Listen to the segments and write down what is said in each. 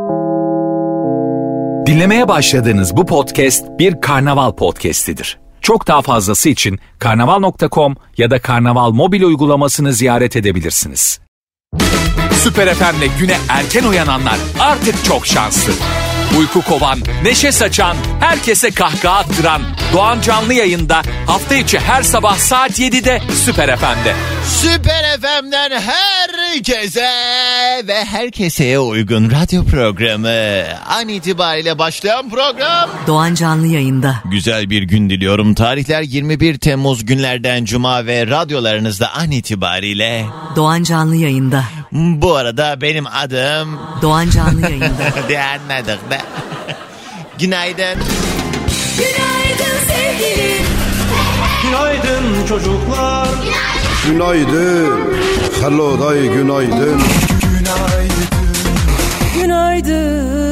Dinlemeye başladığınız bu podcast bir karnaval podcastidir. Çok daha fazlası için karnaval.com ya da karnaval mobil uygulamasını ziyaret edebilirsiniz. Süper FM'le güne erken uyananlar artık çok şanslı. Uyku kovan, neşe saçan, herkese kahkaha attıran Doğan Canlı Yayın'da hafta içi her sabah saat 7'de Süper FM'de. Süper FM'den herkese ve herkeseye uygun radyo programı an itibariyle başlayan program. Doğan Canlı Yayın'da. Güzel bir gün diliyorum. Tarihler 21 Temmuz günlerden Cuma ve radyolarınızda an itibariyle Doğan Canlı Yayın'da. Bu arada benim adım Doğan Canlı Yayın'da. Anladık be. Günaydın. Günaydın sevgilim. Günaydın çocuklar. Günaydın. Hello day günaydın. Günaydın.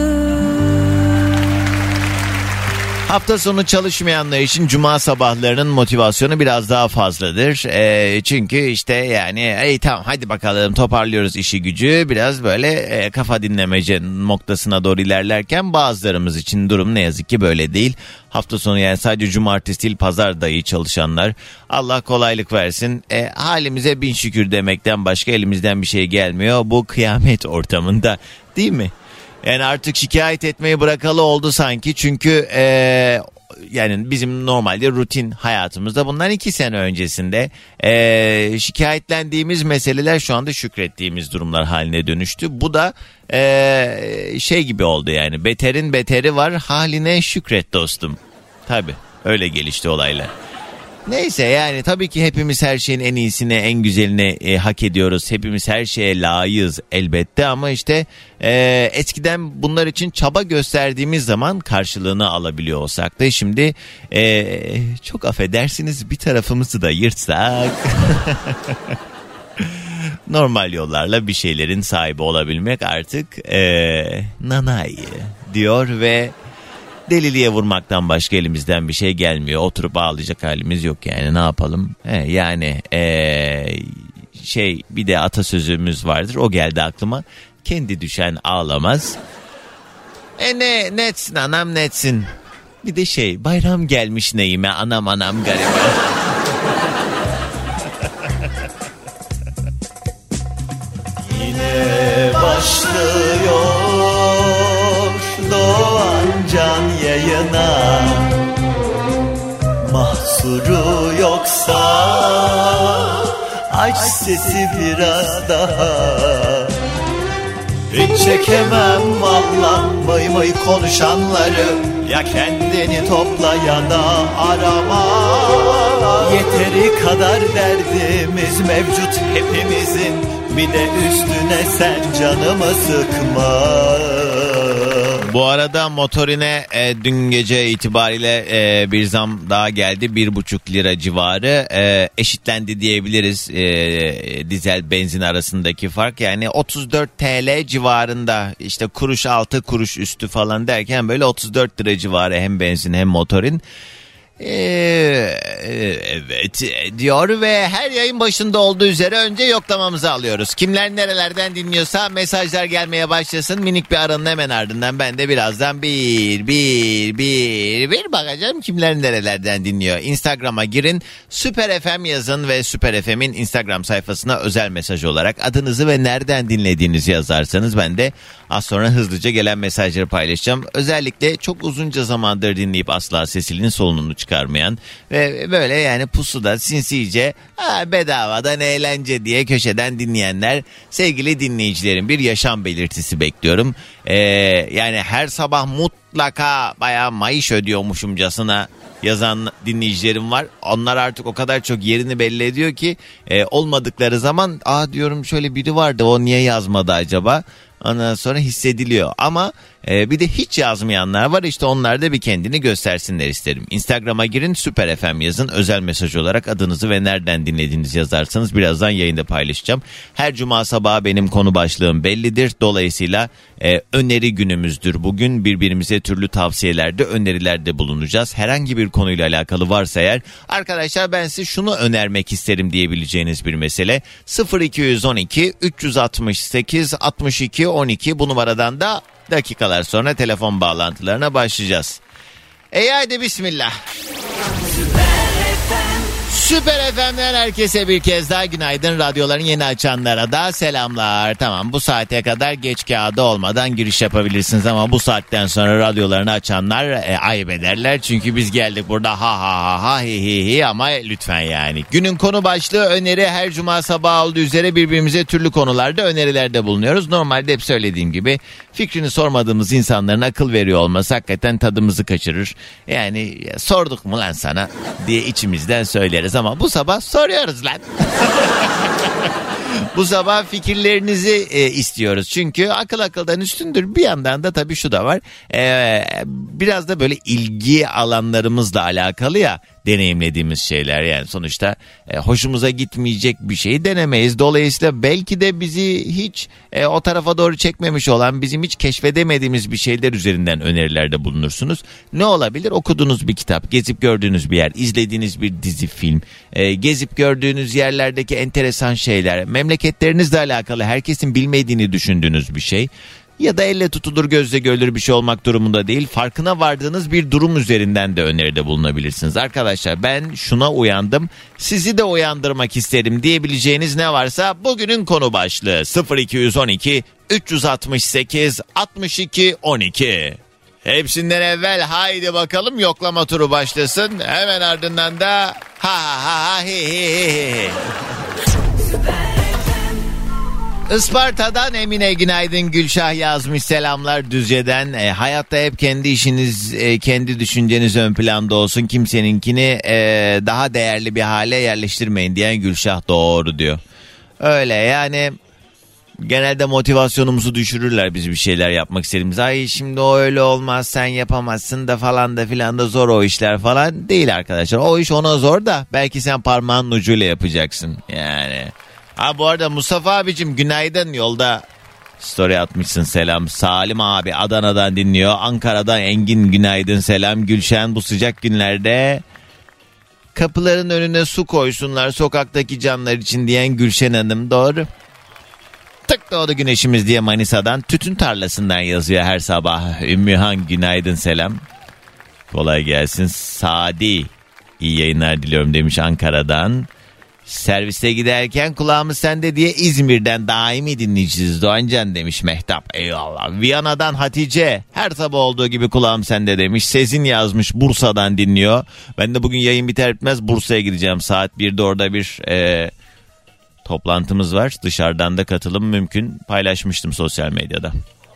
Hafta sonu çalışmayanlar için cuma sabahlarının motivasyonu biraz daha fazladır. Çünkü işte yani tamam hadi bakalım toparlıyoruz işi gücü. Biraz böyle kafa dinlemece noktasına doğru ilerlerken bazılarımız için durum ne yazık ki böyle değil. Hafta sonu yani sadece cumartesi değil pazar dahi çalışanlar. Allah kolaylık versin. Halimize bin şükür demekten başka elimizden bir şey gelmiyor. Bu kıyamet ortamında değil mi? Yani artık şikayet etmeyi bırakalı oldu sanki çünkü yani bizim normalde rutin hayatımızda bundan 2 sene öncesinde şikayetlendiğimiz meseleler şu anda şükrettiğimiz durumlar haline dönüştü. Bu da şey gibi oldu yani beterin beteri var haline şükret dostum. Tabii öyle gelişti olaylar. Neyse yani tabii ki hepimiz her şeyin en iyisini, en güzelini hak ediyoruz. Hepimiz her şeye layığız elbette ama işte eskiden bunlar için çaba gösterdiğimiz zaman karşılığını alabiliyor olsak da şimdi çok affedersiniz bir tarafımızı da yırtsak normal yollarla bir şeylerin sahibi olabilmek artık nanay diyor ve deliliğe vurmaktan başka elimizden bir şey gelmiyor. Oturup ağlayacak halimiz yok yani ne yapalım? Yani bir de atasözümüz vardır. O geldi aklıma. Kendi düşen ağlamaz. Netsin anam netsin. Bir de bayram gelmiş neyime anam garibe. Yine başlıyor Doğan Can Yayına. Mahsuru yoksa aç sesi biraz daha. Hiç çekemem vallahi mıy konuşanları. Ya kendini topla ya da arama. Yeteri kadar derdimiz mevcut hepimizin. Bir de üstüne sen canımı sıkma. Bu arada motorine dün gece itibariyle bir zam daha geldi. 1,5 lira civarı eşitlendi diyebiliriz dizel benzin arasındaki fark. Yani 34 TL civarında işte kuruş altı kuruş üstü falan derken böyle 34 lira civarı hem benzin hem motorin. Evet diyor ve her yayın başında olduğu üzere önce yoklamamızı alıyoruz. Kimler nerelerden dinliyorsa mesajlar gelmeye başlasın. Minik bir aranın hemen ardından ben de birazdan bir bakacağım kimler nerelerden dinliyor. Instagram'a girin, Süper FM yazın ve Süper FM'in Instagram sayfasına özel mesaj olarak adınızı ve nereden dinlediğinizi yazarsanız ben de az sonra hızlıca gelen mesajları paylaşacağım. Özellikle çok uzunca zamandır dinleyip asla sesinin solunumunu çıkarmayan ve böyle yani pusuda sinsice bedavadan eğlence diye köşeden dinleyenler, sevgili dinleyicilerim, bir yaşam belirtisi bekliyorum. Yani her sabah mutlaka bayağı maaş ödüyormuşumcasına yazan dinleyicilerim var. Onlar artık o kadar çok yerini belli ediyor ki olmadıkları zaman diyorum şöyle biri vardı o niye yazmadı acaba? Ondan sonra hissediliyor ama bir de hiç yazmayanlar var, işte onlar da bir kendini göstersinler isterim. Instagram'a girin, Süper FM yazın, özel mesaj olarak adınızı ve nereden dinlediğinizi yazarsanız birazdan yayında paylaşacağım. Her cuma sabahı benim konu başlığım bellidir, dolayısıyla öneri günümüzdür bugün. Birbirimize türlü tavsiyelerde, önerilerde bulunacağız. Herhangi bir konuyla alakalı varsa eğer, arkadaşlar ben size şunu önermek isterim diyebileceğiniz bir mesele, 0212 368 62 12 bu numaradan da Dakikalar sonra telefon bağlantılarına başlayacağız. Haydi bismillah. Süper FM'den herkese bir kez daha günaydın. Radyoların yeni açanlara da selamlar. Tamam, bu saate kadar geç kağıdı olmadan giriş yapabilirsiniz ama bu saatten sonra radyolarını açanlar ayıp ederler. Çünkü biz geldik burada ha ha ha ha hi hi hi ama lütfen yani. Günün konu başlığı öneri. Her cuma sabahı olduğu üzere birbirimize türlü konularda önerilerde bulunuyoruz. Normalde hep söylediğim gibi fikrini sormadığımız insanların akıl veriyor olması hakikaten tadımızı kaçırır. Yani sorduk mu lan sana diye içimizden söyleriz ama bu sabah soruyoruz lan. Bu sabah fikirlerinizi istiyoruz. Çünkü akıl akıldan üstündür. Bir yandan da tabii şu da var. Biraz da böyle ilgi alanlarımızla alakalı ya deneyimlediğimiz şeyler. Yani sonuçta hoşumuza gitmeyecek bir şeyi denemeyiz. Dolayısıyla belki de bizi hiç o tarafa doğru çekmemiş olan, bizim hiç keşfedemediğimiz bir şeyler üzerinden önerilerde bulunursunuz. Ne olabilir? Okuduğunuz bir kitap, gezip gördüğünüz bir yer, izlediğiniz bir dizi, film, gezip gördüğünüz yerlerdeki enteresan şeyler, memleketlerinizle alakalı herkesin bilmediğini düşündüğünüz bir şey. Ya da elle tutulur gözle görülür bir şey olmak durumunda değil, farkına vardığınız bir durum üzerinden de öneride bulunabilirsiniz. Arkadaşlar ben şuna uyandım, sizi de uyandırmak isterim diyebileceğiniz ne varsa bugünün konu başlığı 0212 368 62 12. Hepsinden evvel haydi bakalım yoklama turu başlasın, hemen ardından da ha ha ha hi hi hi. Isparta'dan Emine günaydın. Gülşah yazmış, selamlar Düzce'den. Hayatta hep kendi işiniz, kendi düşünceniz ön planda olsun. Kimseninkini daha değerli bir hale yerleştirmeyin diyen Gülşah doğru diyor. Öyle yani, genelde motivasyonumuzu düşürürler biz bir şeyler yapmak istediğimiz. Ay şimdi o öyle olmaz, sen yapamazsın da falan da filan da zor o işler falan değil arkadaşlar. O iş ona zor da belki sen parmağının ucuyla yapacaksın yani. Ha bu arada Mustafa abicim günaydın, yolda story atmışsın, selam. Salim abi Adana'dan dinliyor. Ankara'dan Engin günaydın, selam. Gülşen bu sıcak günlerde kapıların önüne su koysunlar sokaktaki canlar için diyen Gülşen Hanım doğru. Tık doğdu güneşimiz diye Manisa'dan, tütün tarlasından yazıyor her sabah. Ümmühan günaydın, selam. Kolay gelsin. Sadi iyi yayınlar diliyorum demiş Ankara'dan. Serviste giderken kulağımız sende diye İzmir'den daimi dinleyicisiz Doğancan demiş Mehtap. Eyvallah. Viyana'dan Hatice her sabah olduğu gibi kulağım sende demiş. Sezin yazmış, Bursa'dan dinliyor. Ben de bugün yayın biter bitmez Bursa'ya gideceğim. Saat 1'de orada bir toplantımız var. Dışarıdan da katılım mümkün. Paylaşmıştım sosyal medyada.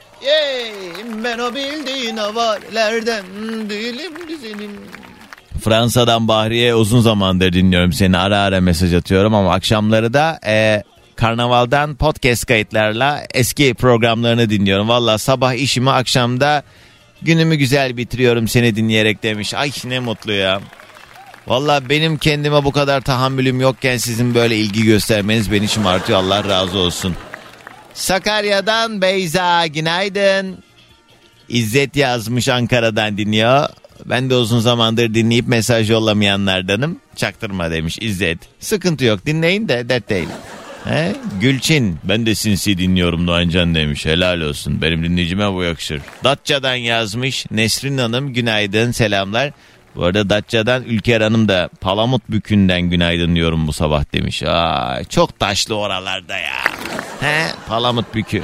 Ben o bildiğin havalerden değilim güzelim. Fransa'dan Bahriye uzun zamandır dinliyorum seni, ara ara mesaj atıyorum ama akşamları da Karnaval'dan podcast kayıtlarla eski programlarını dinliyorum. Valla sabah işimi, akşamda günümü güzel bitiriyorum seni dinleyerek demiş. Ay ne mutlu ya. Valla benim kendime bu kadar tahammülüm yokken sizin böyle ilgi göstermeniz beni şımartıyor, Allah razı olsun. Sakarya'dan Beyza günaydın. İzzet yazmış, Ankara'dan dinliyor. Ben de uzun zamandır dinleyip mesaj yollamayanlardanım. Çaktırma demiş İzzet. Sıkıntı yok, dinleyin de dert değil. Gülçin ben de sinsi dinliyorum Doğancan demiş. Helal olsun, benim dinleyicime bu yakışır. Datça'dan yazmış Nesrin Hanım günaydın, selamlar. Bu arada Datça'dan Ülker Hanım da Palamutbükü'nden günaydın diyorum bu sabah demiş. Çok taşlı oralarda ya. Palamutbükü.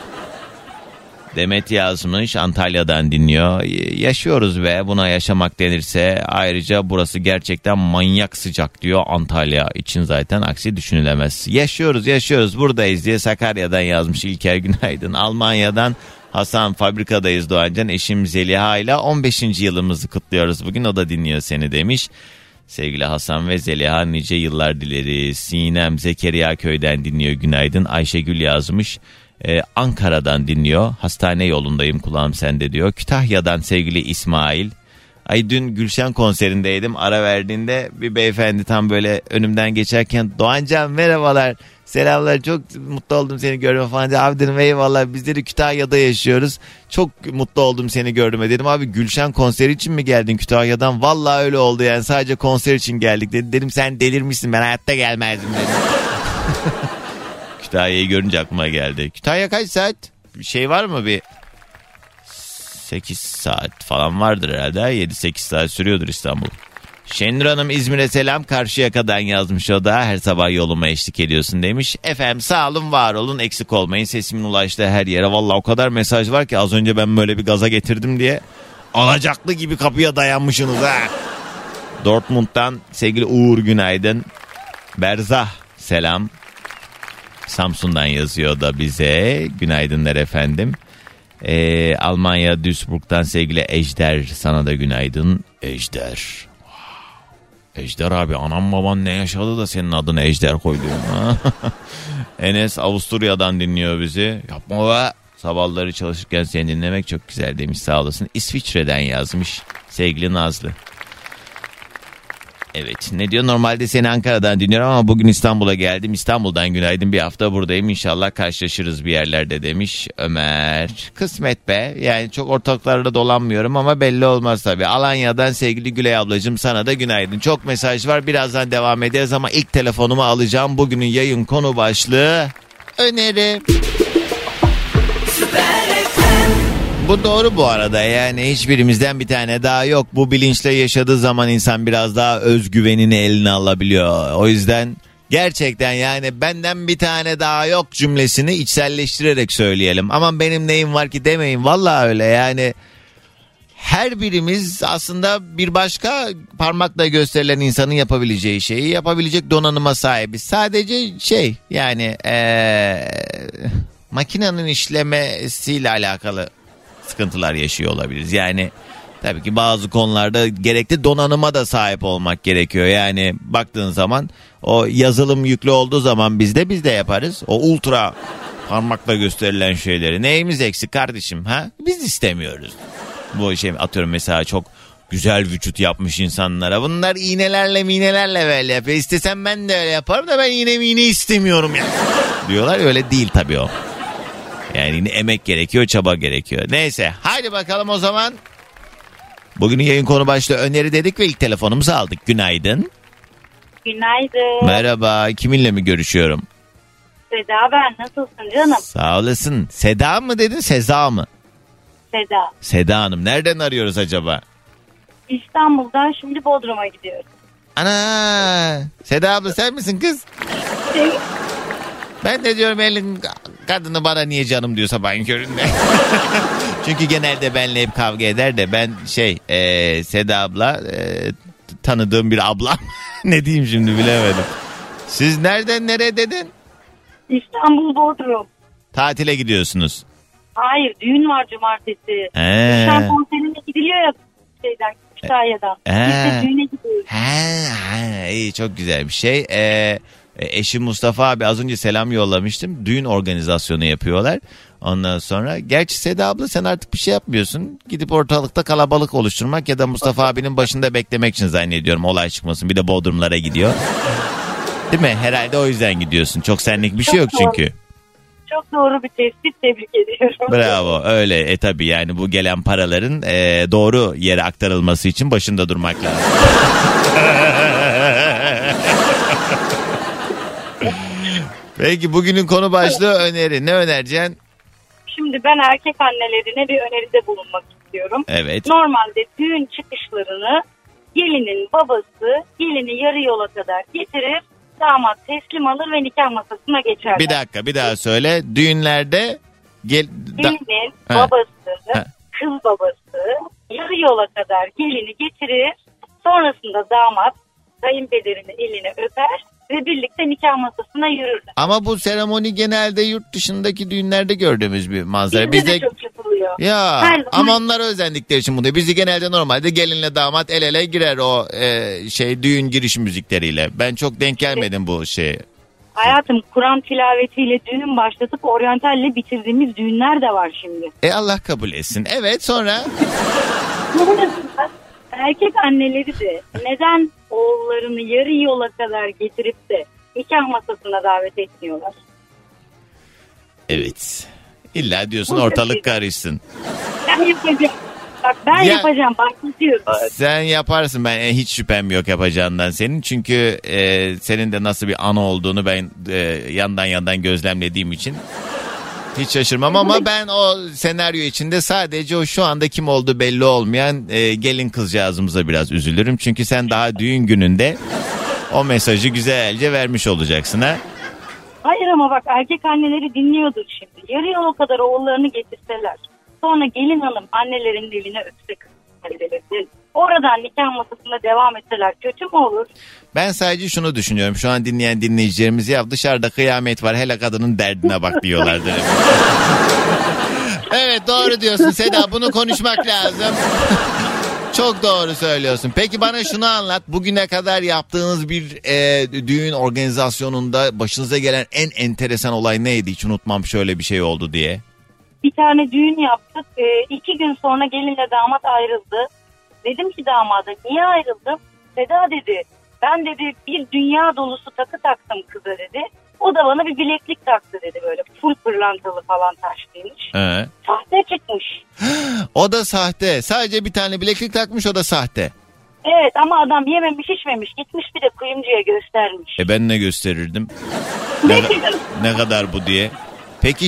Demet yazmış, Antalya'dan dinliyor. Yaşıyoruz ve buna yaşamak denirse, ayrıca burası gerçekten manyak sıcak diyor Antalya için, zaten aksi düşünülemez. Yaşıyoruz buradayız diye Sakarya'dan yazmış İlker günaydın. Almanya'dan Hasan fabrikadayız Doğancan, eşim Zeliha ile 15. yılımızı kutluyoruz bugün, o da dinliyor seni demiş. Sevgili Hasan ve Zeliha nice yıllar dileriz. Sinem Zekeriya köyden dinliyor günaydın. Ayşegül yazmış. Ankara'dan dinliyor. Hastane yolundayım kulağım sende diyor. Kütahya'dan sevgili İsmail. Ay dün Gülşen konserindeydim. Ara verdiğinde bir beyefendi tam böyle önümden geçerken Doğancan merhabalar, selamlar, çok mutlu oldum seni görme falan. Abi dedim eyvallah, bizleri Kütahya'da yaşıyoruz. Çok mutlu oldum seni gördüğüme dedim. Abi Gülşen konseri için mi geldin Kütahya'dan? Vallahi öyle oldu yani, sadece konser için geldik dedi. Dedim sen delirmişsin, ben hayatta gelmezdim dedim. Kütahya'yı görünce aklıma geldi. Kütahya kaç saat? Bir şey var mı bir? 8 saat falan vardır herhalde. 7-8 saat sürüyordur İstanbul. Şenur Hanım İzmir'e selam, Karşıyaka'dan yazmış o da. Her sabah yoluma eşlik ediyorsun demiş. Efendim sağ olun, var olun, eksik olmayın. Sesimin ulaştığı her yere. Vallahi o kadar mesaj var ki az önce ben böyle bir gaza getirdim diye alacaklı gibi kapıya dayanmışsınız ha. Dortmund'dan sevgili Uğur günaydın. Berzah selam. Samsun'dan yazıyor da bize. Günaydınlar efendim. Almanya Duisburg'dan sevgili Ejder, sana da günaydın. Ejder. Ejder abi, anam baban ne yaşadı da senin adını Ejder koydu. Enes Avusturya'dan dinliyor bizi. Yapma be. Sabahları çalışırken seni dinlemek çok güzel demiş, sağ olasın. İsviçre'den yazmış sevgili Nazlı. Evet, ne diyor? Normalde seni Ankara'dan dinliyorum ama bugün İstanbul'a geldim. İstanbul'dan günaydın, bir hafta buradayım. İnşallah karşılaşırız bir yerlerde demiş Ömer. Kısmet be. Yani çok ortaklarda dolanmıyorum ama belli olmaz tabii. Alanya'dan sevgili Gülay ablacığım, sana da günaydın. Çok mesaj var, birazdan devam ederiz ama ilk telefonumu alacağım. Bugünün yayın konu başlığı öneri. Bu doğru bu arada, yani hiçbirimizden bir tane daha yok. Bu bilinçle yaşadığı zaman insan biraz daha özgüvenini eline alabiliyor. O yüzden gerçekten yani benden bir tane daha yok cümlesini içselleştirerek söyleyelim. Aman benim neyim var ki demeyin, vallahi öyle yani. Her birimiz aslında bir başka parmakla gösterilen insanın yapabileceği şeyi yapabilecek donanıma sahibiz. Sadece yani makinenin işlemesiyle alakalı sıkıntılar yaşıyor olabiliriz. Yani tabii ki bazı konularda gerekli donanıma da sahip olmak gerekiyor. Yani baktığın zaman o yazılım yüklü olduğu zaman biz de yaparız. O ultra parmakla gösterilen şeyleri. Neyimiz eksik kardeşim ha? Biz istemiyoruz. Bu atıyorum mesela çok güzel vücut yapmış insanlara. Bunlar iğnelerle böyle yapıyor. İstesem ben de öyle yaparım da ben iğne istemiyorum ya. Diyorlar, öyle değil tabii o. Yani yine emek gerekiyor, çaba gerekiyor. Neyse, haydi bakalım o zaman. Bugünün yayın konu başlığı öneri dedik ve ilk telefonumuzu aldık. Günaydın. Günaydın. Merhaba, kiminle mi görüşüyorum? Seda ben, nasılsın canım? Sağ olasın. Seda mı dedin, Seza mı? Seda. Seda Hanım, nereden arıyoruz acaba? İstanbul'dan şimdi Bodrum'a gidiyoruz. Ana, Seda abla sen misin kız? Ben de diyorum elin kadını bana niye canım diyor sabahın köründe. Çünkü genelde benimle hep kavga eder de ben Seda abla tanıdığım bir ablam. Ne diyeyim şimdi bilemedim. Siz nereden nereye dedin? İstanbul Bodrum. Tatile gidiyorsunuz. Hayır, düğün var cumartesi. Şan konserine gidiliyor ya Kütahya'dan. Biz de düğüne gidiyoruz. İyi, çok güzel bir şey. Eşim Mustafa abi az önce selam yollamıştım. Düğün organizasyonu yapıyorlar. Ondan sonra gerçi Seda abla sen artık bir şey yapmıyorsun. Gidip ortalıkta kalabalık oluşturmak ya da Mustafa abinin başında beklemek için zannediyorum, olay çıkmasın. Bir de Bodrumlara gidiyor. Değil mi? Herhalde o yüzden gidiyorsun. Çok senlik bir şey yok çünkü. Çok doğru bir tespit, tebrik ediyorum. Bravo, öyle. Tabii yani bu gelen paraların doğru yere aktarılması için başında durmak lazım. Peki bugünün konu başlığı öneri. Ne önereceksin? Şimdi ben erkek annelerine bir öneride bulunmak istiyorum. Evet. Normalde düğün çıkışlarını gelinin babası gelini yarı yola kadar getirir, damat teslim alır ve nikah masasına geçerler. Bir dakika, bir daha söyle. Düğünlerde gelinin babası, kız babası yarı yola kadar gelini getirir. Sonrasında damat kayınpederinin elini öper ve birlikte nikah masasına yürürler. Ama bu seremoni genelde yurt dışındaki düğünlerde gördüğümüz bir manzara. Bizde de çok yapılıyor. Ya ama onlar özendikleri için bunu. Bizi genelde normalde gelinle damat el ele girer o düğün giriş müzikleriyle. Ben çok denk gelmedim bu şeye. Hayatım, Kur'an tilavetiyle düğün başlatıp oryantalle bitirdiğimiz düğünler de var şimdi. Allah kabul etsin. Evet, sonra? Erkek anneleri de neden oğullarını yarı yola kadar getirip de nikah masasına davet etmiyorlar? Evet. İlla diyorsun ortalık karışsın. Ben yapacağım. Bak ben yapacağım. Bak diyorum. Sen yaparsın, ben hiç şüphem yok yapacağından senin. Çünkü senin de nasıl bir ana olduğunu ben yandan gözlemlediğim için Hiç şaşırmam ama ben o senaryo içinde sadece o şu anda kim olduğu belli olmayan gelin kızcağızımıza biraz üzülürüm. Çünkü sen daha düğün gününde o mesajı güzelce vermiş olacaksın ha. Hayır ama bak erkek anneleri dinliyordur şimdi. Yarı yol o kadar oğullarını getirseler. Sonra gelin hanım annelerin eline öpse kızlarını. Oradan nikah masasında devam etseler kötü mü olur? Ben sadece şunu düşünüyorum. Şu an dinleyen dinleyicilerimiz ya dışarıda kıyamet var hele kadının derdine bak diyorlardır. Evet doğru diyorsun Seda, bunu konuşmak lazım. Çok doğru söylüyorsun. Peki bana şunu anlat. Bugüne kadar yaptığınız bir düğün organizasyonunda başınıza gelen en enteresan olay neydi? Hiç unutmam şöyle bir şey oldu diye. Bir tane düğün yaptık. 2 gün sonra gelinle damat ayrıldı. Dedim ki damada niye ayrıldım? Seda dedi ben dedi bir dünya dolusu takı taktım kıza dedi. O da bana bir bileklik taktı dedi böyle full pırlantalı falan taşlıymış. Sahte çıkmış. O da sahte. Sadece bir tane bileklik takmış, o da sahte. Evet ama adam yememiş içmemiş gitmiş bir de kuyumcuya göstermiş. Ben ne gösterirdim? ne kadar bu diye. Peki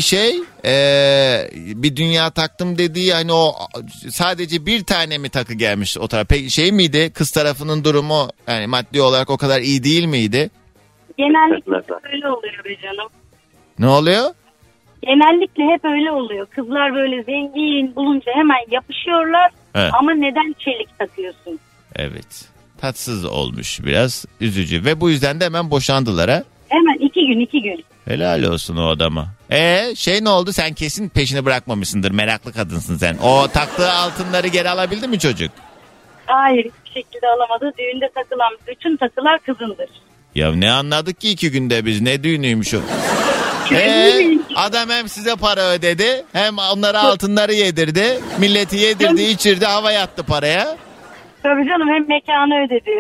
bir dünya taktım dediği hani o sadece bir tane mi takı gelmiş o taraf? Peki miydi kız tarafının durumu yani maddi olarak o kadar iyi değil miydi? Genellikle öyle oluyor be canım. Ne oluyor? Genellikle hep öyle oluyor. Kızlar böyle zengin bulunca hemen yapışıyorlar. Evet. Ama neden çelik takıyorsun? Evet. Tatsız olmuş biraz, üzücü ve bu yüzden de hemen boşandılar ha? Hemen 2 gün. Helal olsun o adama. Ne oldu? Sen kesin peşini bırakmamışsındır. Meraklı kadınsın sen. O taktığı altınları geri alabildi mi çocuk? Hayır, hiçbir şekilde alamadı. Düğünde takılan bütün takılar kızındır. Ya ne anladık ki 2 günde biz? Ne düğünüymüş o? Adam hem size para ödedi hem onlara altınları yedirdi. Milleti yedirdi, içirdi, hava yattı paraya. Tabii canım, hem mekanı ödedi.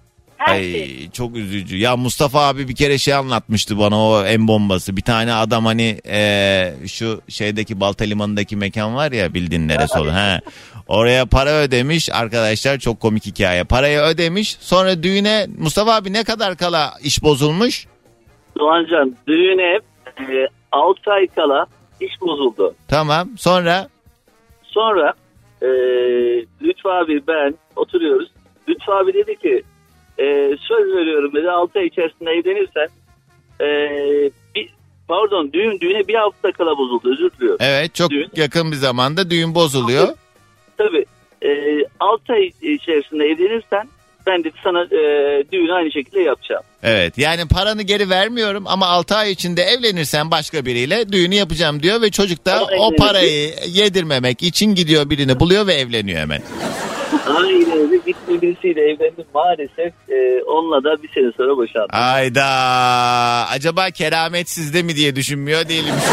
Ay çok üzücü. Ya Mustafa abi bir kere anlatmıştı bana, o en bombası. Bir tane adam hani şu şeydeki Balta Limanı'ndaki mekan var ya, bildiğin neresi olur. Oraya para ödemiş arkadaşlar, çok komik hikaye. Parayı ödemiş, sonra düğüne Mustafa abi ne kadar kala iş bozulmuş? Doğancan, düğüne 6 ay kala iş bozuldu. Tamam, sonra Lütfü abi ben oturuyoruz. Lütfü abi dedi ki söz veriyorum dedi, 6 ay içerisinde evlenirsen düğüne 1 hafta kala bozuldu, özür diliyorum. Evet, çok yakın bir zamanda düğün bozuluyor. Tabii 6 ay içerisinde evlenirsen ben de sana düğünü aynı şekilde yapacağım. Evet, yani paranı geri vermiyorum ama 6 ay içinde evlenirsen başka biriyle düğünü yapacağım diyor ve çocuk da o parayı yedirmemek için gidiyor birini buluyor ve evleniyor hemen. Aynen öyle, gittiği birisiyle evlendim maalesef, onunla da bir sene sonra boşandım. Ayda, acaba keramet sizde mi diye düşünmüyor değilim şu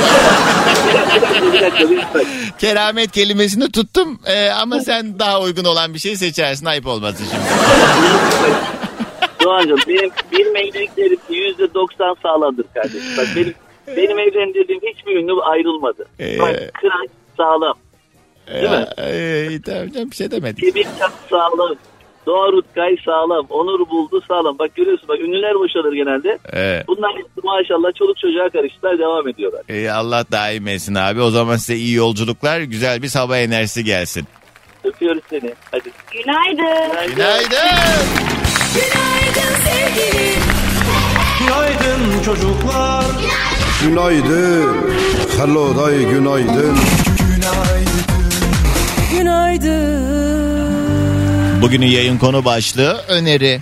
an. Keramet kelimesini tuttum ama sen daha uygun olan bir şey seçersin, ayıp olmasın şimdi. Doğancığım, benim evliliklerim %90 sağlamdır kardeşim. Bak benim evlendirdiğim hiçbir ünlü ayrılmadı. Bak, kıraç sağlam. Değil mi? Tamam, bir şey demedik. Kibirçak sağlam. Doğa Rutkay sağlam. Onur Buldu sağlam. Bak görüyorsun, bak ünlüler boşalır genelde. Bunlar maşallah çoluk çocuğa karıştılar, devam ediyorlar. Allah daim etsin abi. O zaman size iyi yolculuklar, güzel bir sabah enerjisi gelsin. Öpüyoruz seni. Hadi. Günaydın. Günaydın. Günaydın sevgilim. Günaydın çocuklar. Günaydın. Hello day günaydın. Günaydın. Bugünün yayın konu başlığı öneri.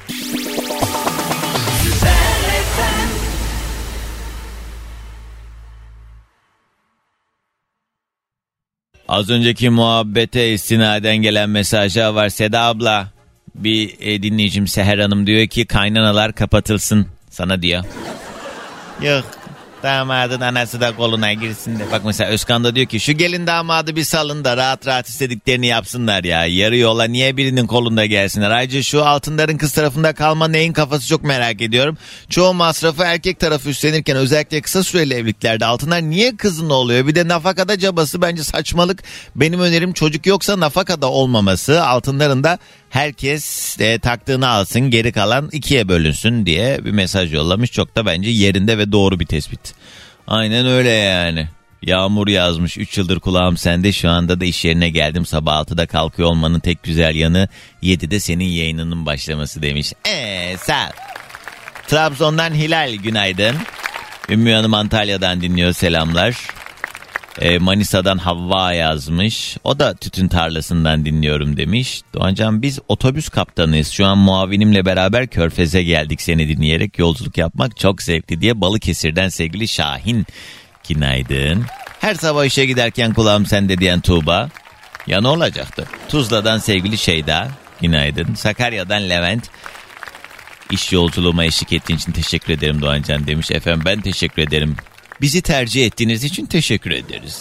Az önceki muhabbete istinaden gelen mesajlar var. Seda abla, bir dinleyicim Seher Hanım diyor ki kaynanalar kapatılsın sana diyor. Yok, damadın anası da koluna girsin de. Bak mesela Özkan da diyor ki şu gelin damadı bir salın da rahat rahat istediklerini yapsınlar ya. Yarı yola niye birinin kolunda gelsinler? Ayrıca şu altınların kız tarafında kalma neyin kafası, çok merak ediyorum. Çoğu masrafı erkek tarafı üstlenirken özellikle kısa süreli evliliklerde altınlar niye kızın oluyor? Bir de nafakada cabası bence saçmalık. Benim önerim çocuk yoksa nafakada olmaması, altınların da herkes taktığını alsın, geri kalan 2'ye bölünsün diye bir mesaj yollamış. Çok da bence yerinde ve doğru bir tespit. Aynen öyle yani. Yağmur yazmış. 3 yıldır kulağım sende. Şu anda da iş yerine geldim. Sabah 6'da kalkıyor olmanın tek güzel yanı 7'de senin yayınının başlaması demiş. Sağ ol. Trabzon'dan Hilal günaydın. Ümmü Hanım Antalya'dan dinliyor, selamlar. Manisa'dan Havva yazmış. O da tütün tarlasından dinliyorum demiş. Doğancan biz otobüs kaptanıyız. Şu an muavinimle beraber Körfez'e geldik seni dinleyerek. Yolculuk yapmak çok zevkli diye Balıkesir'den sevgili Şahin. Günaydın. Her sabah işe giderken kulağım sende diyen Tuğba. Ya ne olacaktı? Tuzla'dan sevgili Şeyda. Günaydın. Sakarya'dan Levent. İş yolculuğuma eşlik ettiğin için teşekkür ederim Doğancan demiş. Efendim ben teşekkür ederim. Bizi tercih ettiğiniz için teşekkür ederiz.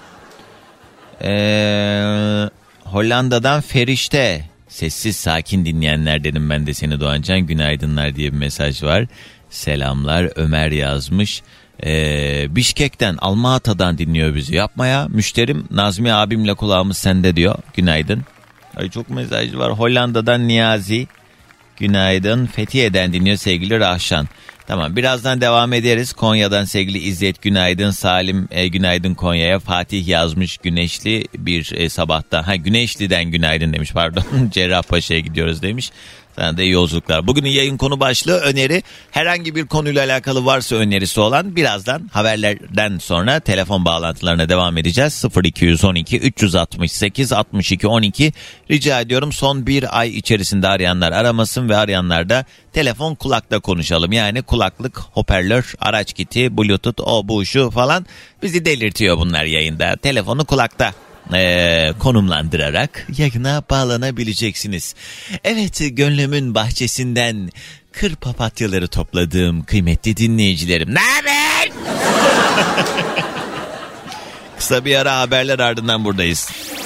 Hollanda'dan Ferişte. Sessiz sakin dinleyenler dedim ben de seni Doğancan. Günaydınlar diye bir mesaj var. Selamlar. Ömer yazmış. Bişkek'ten Almata'dan dinliyor bizi. Yapma ya. Müşterim Nazmi abimle kulağımız sende diyor. Günaydın. Ay çok mesaj var. Hollanda'dan Niyazi. Günaydın. Fethiye'den dinliyor sevgili Rahşan. Tamam, birazdan devam ederiz. Konya'dan sevgili İzzet günaydın. Salim günaydın Konya'ya. Fatih yazmış güneşli bir sabahta. Güneşli'den günaydın demiş pardon. Cerrahpaşa'ya gidiyoruz demiş. Sana da iyi yolculuklar. Bugünün yayın konu başlığı öneri. Herhangi bir konuyla alakalı varsa önerisi olan birazdan haberlerden sonra telefon bağlantılarına devam edeceğiz. 0212 368 62 12 rica ediyorum son bir ay içerisinde arayanlar aramasın ve arayanlar da telefon kulakta konuşalım. Yani kulaklık, hoparlör, araç kiti, bluetooth, o bu şu falan bizi delirtiyor bunlar yayında. Telefonu kulakta konumlandırarak yayına bağlanabileceksiniz. Evet, gönlümün bahçesinden kır papatyaları topladığım kıymetli dinleyicilerim. Ne haber? Kısa bir ara haberler ardından buradayız.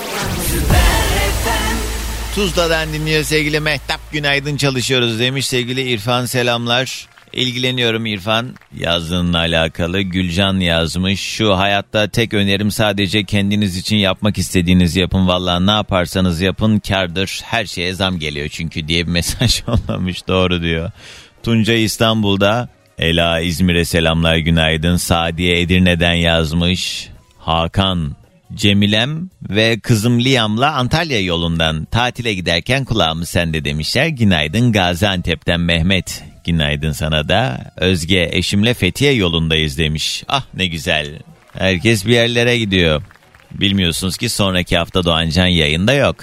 Tuzla'dan dinliyor sevgili Mehtap. Günaydın çalışıyoruz demiş sevgili İrfan, selamlar. İlgileniyorum İrfan yazdığınla alakalı. Gülcan yazmış. Şu hayatta tek önerim sadece kendiniz için yapmak istediğinizi yapın. Vallahi ne yaparsanız yapın kârdır. Her şeye zam geliyor çünkü diye bir mesaj yollamış. Doğru diyor. Tuncay İstanbul'da. Ela İzmir'e selamlar günaydın. Sadiye Edirne'den yazmış. Hakan, Cemilem ve kızım Liam'la Antalya yolundan tatile giderken kulağımız sende demişler. Günaydın. Gaziantep'ten Mehmet. Günaydın sana da. Özge, eşimle Fethiye yolundayız demiş. Ah ne güzel. Herkes bir yerlere gidiyor. Bilmiyorsunuz ki sonraki hafta Doğancan yayında yok.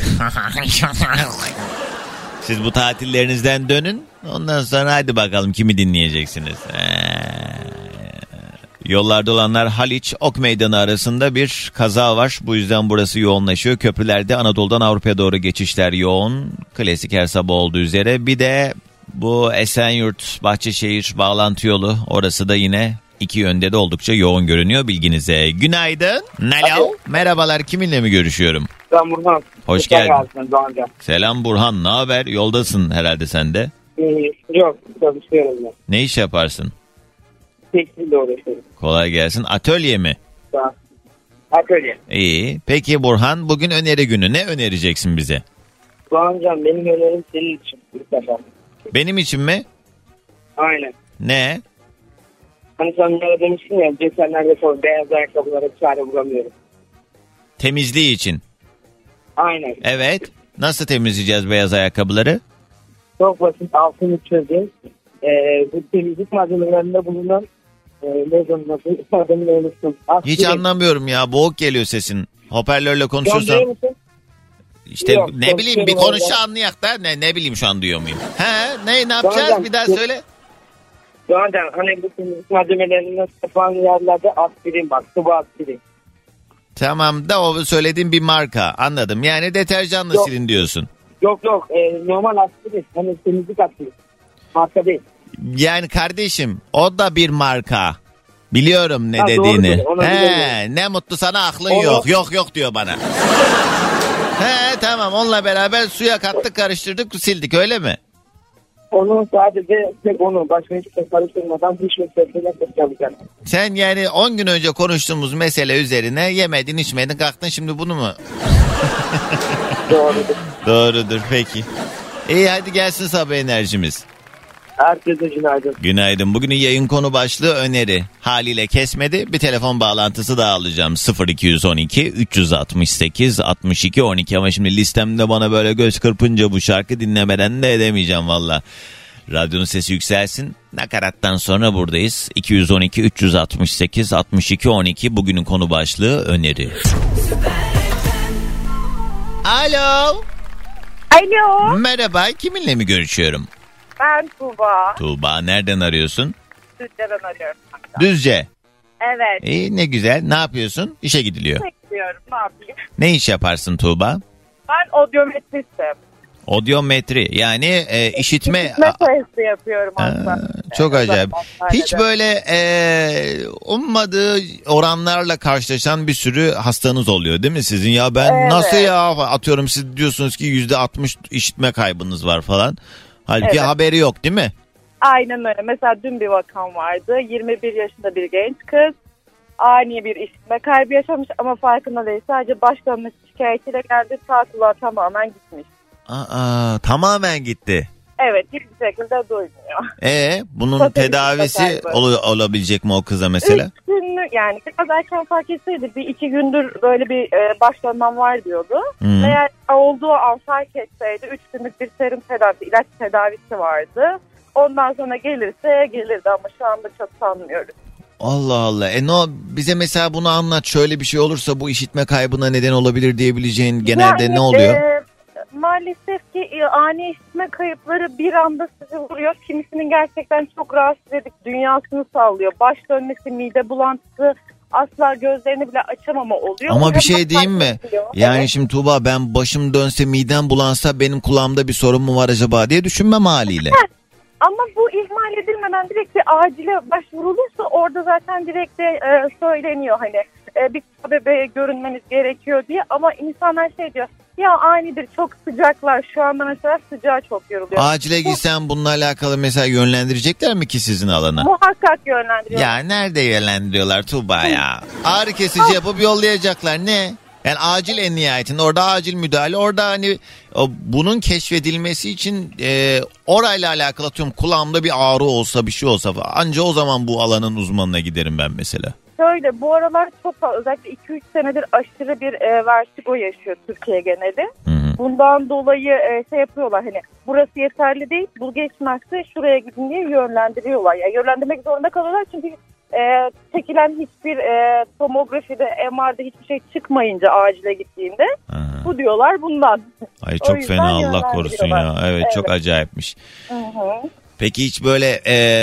Siz bu tatillerinizden dönün. Ondan sonra hadi bakalım kimi dinleyeceksiniz. Yollarda olanlar Haliç Ok Meydanı arasında bir kaza var. Bu yüzden burası yoğunlaşıyor. Köprülerde Anadolu'dan Avrupa'ya doğru geçişler yoğun. Klasik her sabah olduğu üzere. Bir de bu Esenyurt Bahçeşehir bağlantı yolu, orası da yine iki yönde de oldukça yoğun görünüyor bilginize. Günaydın. Alo. Merhabalar, kiminle mi görüşüyorum? Ben Burhan. Hoş geldin. Selam Burhan, ne haber? Yoldasın herhalde sen de. Yok, çalışıyorum ben. Ne iş yaparsın? Tekstilde uğraşıyorum. Kolay gelsin. Atölye mi? Atölye. İyi. Peki Burhan, bugün öneri günü. Ne önereceksin bize? Doğancan, benim önerim senin için. Benim için mi? Aynen. Ne? Hani sen bana demiştin ya, geçenlerde sonra beyaz ayakkabılara çare bulamıyorum. Temizliği için. Aynen. Evet. Nasıl temizleyeceğiz beyaz ayakkabıları? Çok basit, altını çözeceğiz. Bu temizlik malzemelerinde bulunan adını unuttum. Hiç anlamıyorum ya, boğuk geliyor sesin. Hoparlörle konuşursan. İşte yok, ne bileyim, bir konuşsa anlayak da ne bileyim şu an duyuyor muyum? Ne yapacağız? Doğancan, bir daha söyle. Doğancan, hani bu temizlik malzemelerinde yapan yerlerde aspirin bak, sıvı aspirin. Tamam da o söylediğim bir marka, anladım. Yani deterjanla silin diyorsun. Yok normal aspirin, hani temizlik aspirin. Marka değil. Yani kardeşim, o da bir marka. Biliyorum ne dediğini. Ne mutlu sana, aklın yok diyor bana. Tamam, onunla beraber suya kattık, karıştırdık, sildik, öyle mi? Onu sadece onu başka hiçbir şey karıştırmadan bir şey yapacağım. Sen yani 10 gün önce konuştuğumuz mesele üzerine yemedin içmedin, kalktın şimdi bunu mu? Doğrudur. Doğrudur, peki. İyi, hadi gelsin sabah enerjimiz. Herkese günaydın. Günaydın. Bugünün yayın konu başlığı öneri. Haliyle kesmedi. Bir telefon bağlantısı daha alacağım. 0212 368 62 12 ama şimdi listemde bana böyle göz kırpınca bu şarkı dinlemeden de edemeyeceğim valla. Radyonun sesi yükselsin. Nakarattan sonra buradayız. 212 368 62 12 bugünün konu başlığı öneri. Alo. Alo. Merhaba. Kiminle mi görüşüyorum? Ben Tuğba. Tuğba. Nereden arıyorsun? Düzce'den arıyorum. Düzce. Evet. İyi, ne güzel. Ne yapıyorsun? İşe gidiliyor. Bekliyorum. Ne yapayım? Ne iş yaparsın Tuğba? Ben odyometristim. Odyometri yani işitme. İşitme testi yapıyorum aslında. Çok acayip. Hastanede. Hiç böyle ummadığı oranlarla karşılaşan bir sürü hastanız oluyor değil mi sizin? Ya ben Evet. nasıl ya atıyorum siz diyorsunuz ki %60 işitme kaybınız var falan. Halbuki Evet. haberi yok değil mi? Aynen öyle. Mesela dün bir vakam vardı. 21 yaşında bir genç kız. Ani bir işitme kaybı yaşamış ama farkında değil. Sadece baş dönmesi şikayetiyle geldi. Sağ kulağı tamamen gitmiş. Tamamen gitti. Evet, hiçbir şekilde duymuyor. Bunun Tabii, tedavisi kaybı. olabilecek mi o kıza mesela? 3 günlük yani biraz erken fark etseydi bir 2 gündür böyle bir baş dönmem var diyordu. Eğer olduğu an fark etseydi 3 günlük bir serum tedavisi, ilaç tedavisi vardı. Ondan sonra gelirse gelirdi ama şu anda çok sanmıyoruz. Allah Allah. Bize mesela bunu anlat. Şöyle bir şey olursa bu işitme kaybına neden olabilir diyebileceğin genelde Yani, ne oluyor? Maalesef ki ani işitme kayıpları bir anda sizi vuruyor. Kimisinin gerçekten çok rahatsız edip dünyasını sallıyor. Baş dönmesi, mide bulantısı, asla gözlerini bile açamama oluyor. Ama bir şey diyeyim mi? Yani evet. şimdi Tuğba ben başım dönse midem bulansa benim kulağımda bir sorun mu var acaba diye düşünmem haliyle. Ama bu ihmal edilmeden direkt bir acile başvurulursa orada zaten direkt de söyleniyor hani bir bebeğe görünmeniz gerekiyor diye. Ama insanlar şey diyor ya anidir çok sıcaklar şu anda mesela sıcağa çok yoruluyor. Acile gitsem bununla alakalı mesela yönlendirecekler mi ki sizin alana? Muhakkak yönlendiriyor. Ya nerede yönlendiriyorlar Tuğba ya? Ağrı kesici yapıp yollayacaklar ne? Yani acil en nihayetinde orada acil müdahale orada hani bunun keşfedilmesi için orayla alakalı atıyorum kulağımda bir ağrı olsa bir şey olsa anca o zaman bu alanın uzmanına giderim ben mesela. Şöyle bu aralar çok fazla özellikle 2-3 senedir aşırı bir vertigo yaşıyor Türkiye geneli. Hı-hı. Bundan dolayı şey yapıyorlar hani burası yeterli değil bu geçmezse şuraya gidin diye yönlendiriyorlar. Yani yönlendirmek zorunda kalıyorlar çünkü çekilen hiçbir tomografide, MR'de hiçbir şey çıkmayınca acile gittiğinde bu diyorlar bundan. Ay çok fena Allah korusun ya. Evet çok acayipmiş. Hı-hı. Peki hiç böyle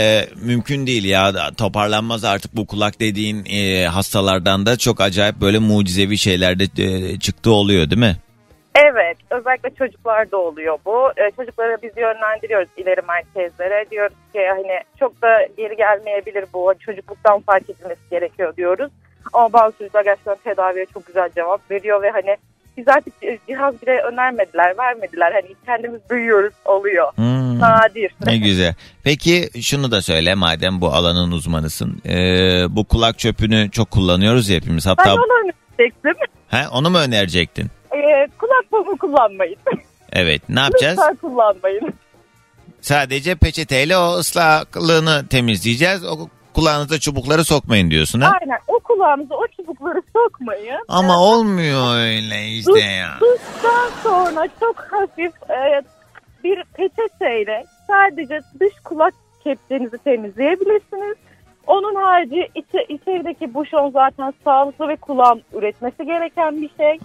mümkün değil ya toparlanmaz artık bu kulak dediğin hastalardan da çok acayip böyle mucizevi şeyler de çıktı oluyor değil mi? Evet, özellikle çocuklarda oluyor bu. Çocuklara biz yönlendiriyoruz ileri merkezlere. Diyoruz ki hani çok da geri gelmeyebilir bu. Çocukluktan fark edilmesi gerekiyor diyoruz. Ama bazı çocuklar gerçekten tedaviye çok güzel cevap veriyor ve hani biz artık cihaz bile vermediler. Hani kendimiz duyuyoruz oluyor. Nadir. Ne güzel. Peki şunu da söyle madem bu alanın uzmanısın. Bu kulak çöpünü çok kullanıyoruz ya hepimiz. Hatta... Ben onu önerecektim. Onu mu önerecektin? Kulak pamuğu kullanmayın. Evet, ne yapacağız? Lütfen kullanmayın. Sadece peçeteyle o ıslaklığını temizleyeceğiz. O kulağınıza çubukları sokmayın diyorsun ha? Aynen, o kulağınıza o çubukları sokmayın. Ama olmuyor öyle işte ya. Duştan sonra çok hafif bir peçeteyle sadece dış kulak kepçenizi temizleyebilirsiniz. Onun harici içerideki buşon zaten sağlıklı ve kulağın üretmesi gereken bir şey.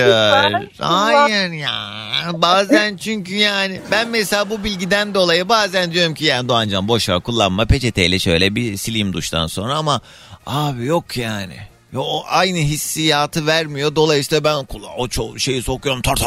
Hayır ya. Bazen çünkü yani ben mesela bu bilgiden dolayı bazen diyorum ki yani Doğancan boşver kullanma peçeteyle şöyle bir sileyim duştan sonra ama abi yok yani. O aynı hissiyatı vermiyor. Dolayısıyla ben o şeyi sokuyorum. Tar.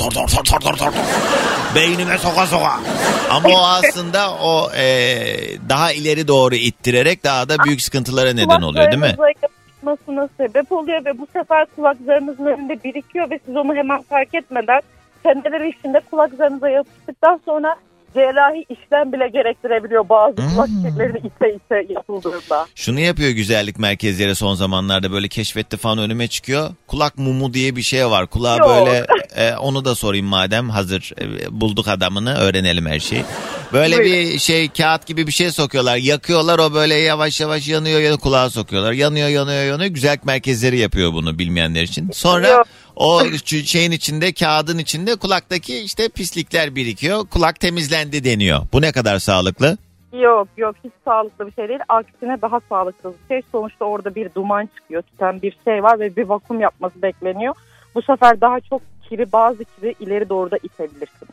Beynime soka. Ama o aslında o daha ileri doğru ittirerek daha da büyük sıkıntılara neden oluyor değil mi? Kulaklarınıza sebep oluyor ve bu sefer kulaklarınızın önünde birikiyor ve siz onu hemen fark etmeden seneler içinde kulaklarınıza yapıştıktan sonra cerrahi işlem bile gerektirebiliyor bazı kulak çiçeklerini ite yapıldığında. Şunu yapıyor güzellik merkezleri son zamanlarda, böyle keşfetti falan önüme çıkıyor. Kulak mumu diye bir şey var. Kulağa Yok. böyle onu da sorayım madem hazır bulduk adamını, öğrenelim her şeyi. Böyle bir şey, kağıt gibi bir şey sokuyorlar. Yakıyorlar, o böyle yavaş yavaş yanıyor ya da kulağa sokuyorlar. Yanıyor. Güzellik merkezleri yapıyor bunu bilmeyenler için. Sonra Yok. o şeyin içinde, kağıdın içinde kulaktaki işte pislikler birikiyor. Kulak temizlendi deniyor. Bu ne kadar sağlıklı? Yok hiç sağlıklı bir şey değil. Aksine daha sağlıklı bir şey. Sonuçta orada bir duman çıkıyor. Tüten bir şey var ve bir vakum yapması bekleniyor. Bu sefer daha çok bazı kiri ileri doğru da itebilirsiniz.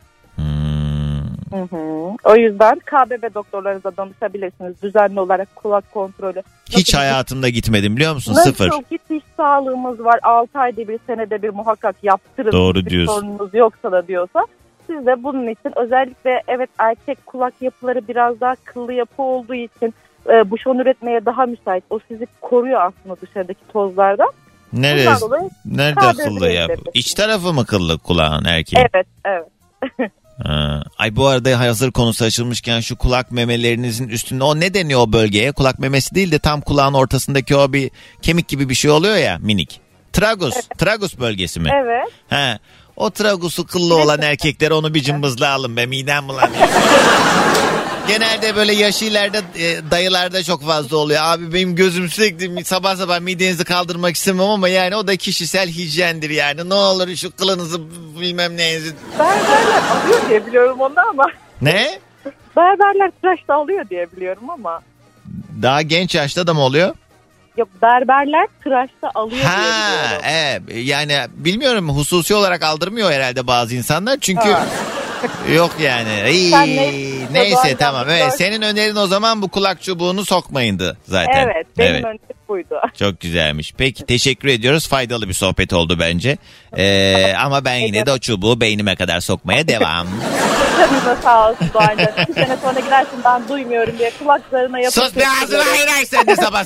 O yüzden KBB doktorlarınıza danışabilirsiniz. Düzenli olarak kulak kontrolü. Hiç hayatımda gitmedim biliyor musun? Nasıl Sıfır. diş sağlığımız var. 6 ayda bir, senede bir muhakkak yaptırın. Doğru bir diyorsun. sorununuz yoksa da diyorsa. Siz de bunun için özellikle erkek kulak yapıları biraz daha kıllı yapı olduğu için buşon üretmeye daha müsait. O sizi koruyor aslında dışarıdaki tozlardan. Nerede KBB kıllı ya? İç tarafı mı kıllı kulağın erkeğin? Evet. Ay bu arada hazır konusu açılmışken şu kulak memelerinizin üstünde o ne deniyor o bölgeye? Kulak memesi değil de tam kulağın ortasındaki o bir kemik gibi bir şey oluyor ya, minik. Tragus. Evet. Tragus bölgesi mi? Evet. He. O tragusu kıllı olan erkekler onu bir cımbızla alın be, midem bulanıyor. Genelde böyle yaş ileride dayılarda çok fazla oluyor. Abi benim gözüm sürekli sabah midenizi kaldırmak istemem ama yani o da kişisel hijyendir yani. Ne olur şu kılınızı bilmem neyinizi. Berberler alıyor diye biliyorum onu ama. Ne? Berberler tıraş da alıyor diye biliyorum ama. Daha genç yaşta da mı oluyor? Yok, berberler tıraşta alıyor diye biliyorum. Evet, yani bilmiyorum, hususi olarak aldırmıyor herhalde bazı insanlar çünkü yok yani. Neyse tamam. Evet, senin önerin o zaman bu kulak çubuğunu sokmayındı zaten. Evet, benim önerim buydu. Çok güzelmiş. Peki teşekkür ediyoruz. Faydalı bir sohbet oldu bence. Ama ben yine de o çubuğu beynime kadar sokmaya devam. Canınıza sağ olsun Doğancan. 2 sene sonra gidersin ben duymuyorum diye kulaklarına yapıştırıyor. Sus be ağzına, hayır sen de sabah.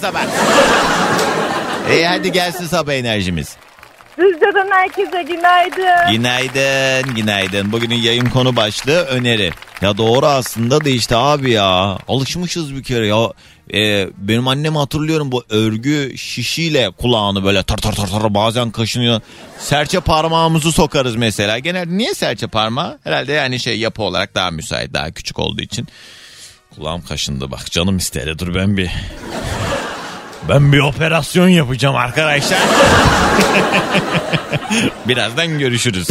Hadi gelsin sabah enerjimiz. Düzce'den herkese günaydın. Günaydın. Bugünün yayın konu başlığı öneri. Ya doğru aslında da işte abi ya. Alışmışız bir kere ya. Benim annemi hatırlıyorum, bu örgü şişiyle kulağını böyle tar bazen kaşınıyor. Serçe parmağımızı sokarız mesela. Genelde niye serçe parmağı? Herhalde yani yapı olarak daha müsait, daha küçük olduğu için. Kulağım kaşındı bak, canım istedi. Dur ben bir operasyon yapacağım arkadaşlar. Birazdan görüşürüz.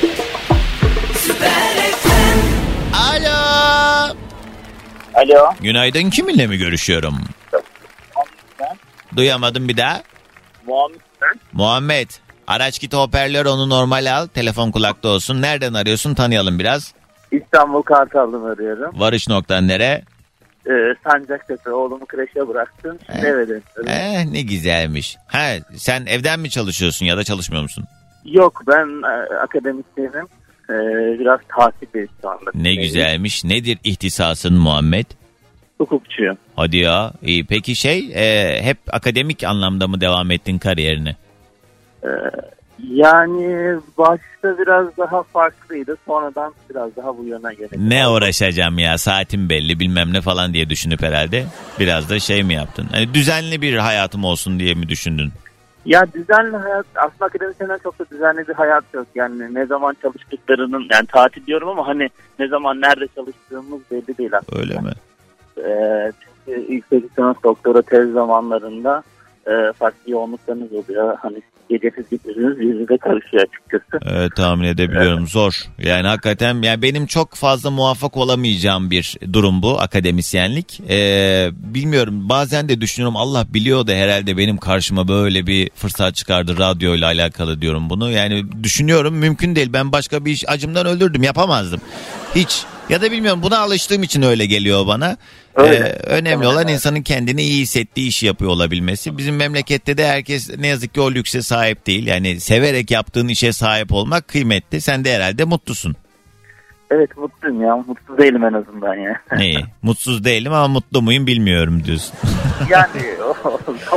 Alo. Günaydın, kiminle mi görüşüyorum? Duyamadım bir daha. Muhammed. Araç git hoparlör, onu normal al. Telefon kulakta olsun. Nereden arıyorsun, tanıyalım biraz. İstanbul Kartal'dan arıyorum. Varış noktan nere? Sancaktepe, oğlumu kreşe bıraktım. Şimdi eve dönüyorum. Ne güzelmiş. Sen evden mi çalışıyorsun ya da çalışmıyor musun? Yok, ben akademisyenim. Biraz tatildeyiz şu anda. Ne güzelmiş. Nedir ihtisasın Muhammed? Hukukçuyum. Hadi ya. İyi. Peki hep akademik anlamda mı devam ettin kariyerine? Yani başta biraz daha farklıydı. Sonradan biraz daha bu yöne geldi. Ne uğraşacağım ya, saatim belli bilmem ne falan diye düşünüp herhalde biraz da mi yaptın? Hani düzenli bir hayatım olsun diye mi düşündün? Ya düzenli hayat, aslında akademisyenden çok da düzenli bir hayat yok. Yani ne zaman çalıştıklarının, yani tatil diyorum ama hani ne zaman nerede çalıştığımız belli değil aslında. Öyle mi? Çünkü yüksek lisans doktora tez zamanlarında farklı yoğunluklarınız oluyor. Hani gecesiz gündüzünüz birbirine karışıyor açıkçası. Evet, tahmin edebiliyorum. Evet. Zor. Yani hakikaten benim çok fazla muvaffak olamayacağım bir durum bu akademisyenlik. Bilmiyorum, bazen de düşünüyorum, Allah biliyor da herhalde benim karşıma böyle bir fırsat çıkardı radyoyla alakalı diyorum bunu. Yani düşünüyorum, mümkün değil. Ben başka bir iş acımdan öldürdüm, yapamazdım. Hiç. Ya da bilmiyorum, buna alıştığım için öyle geliyor bana. Önemli olan insanın kendini iyi hissettiği işi yapıyor olabilmesi. Bizim memlekette de herkes ne yazık ki o lükse sahip değil. Yani severek yaptığın işe sahip olmak kıymetli. Sen de herhalde mutlusun. Evet, mutluyum ya. Mutsuz değilim en azından ya. İyi. Mutsuz değilim ama mutlu muyum bilmiyorum diyorsun. Yani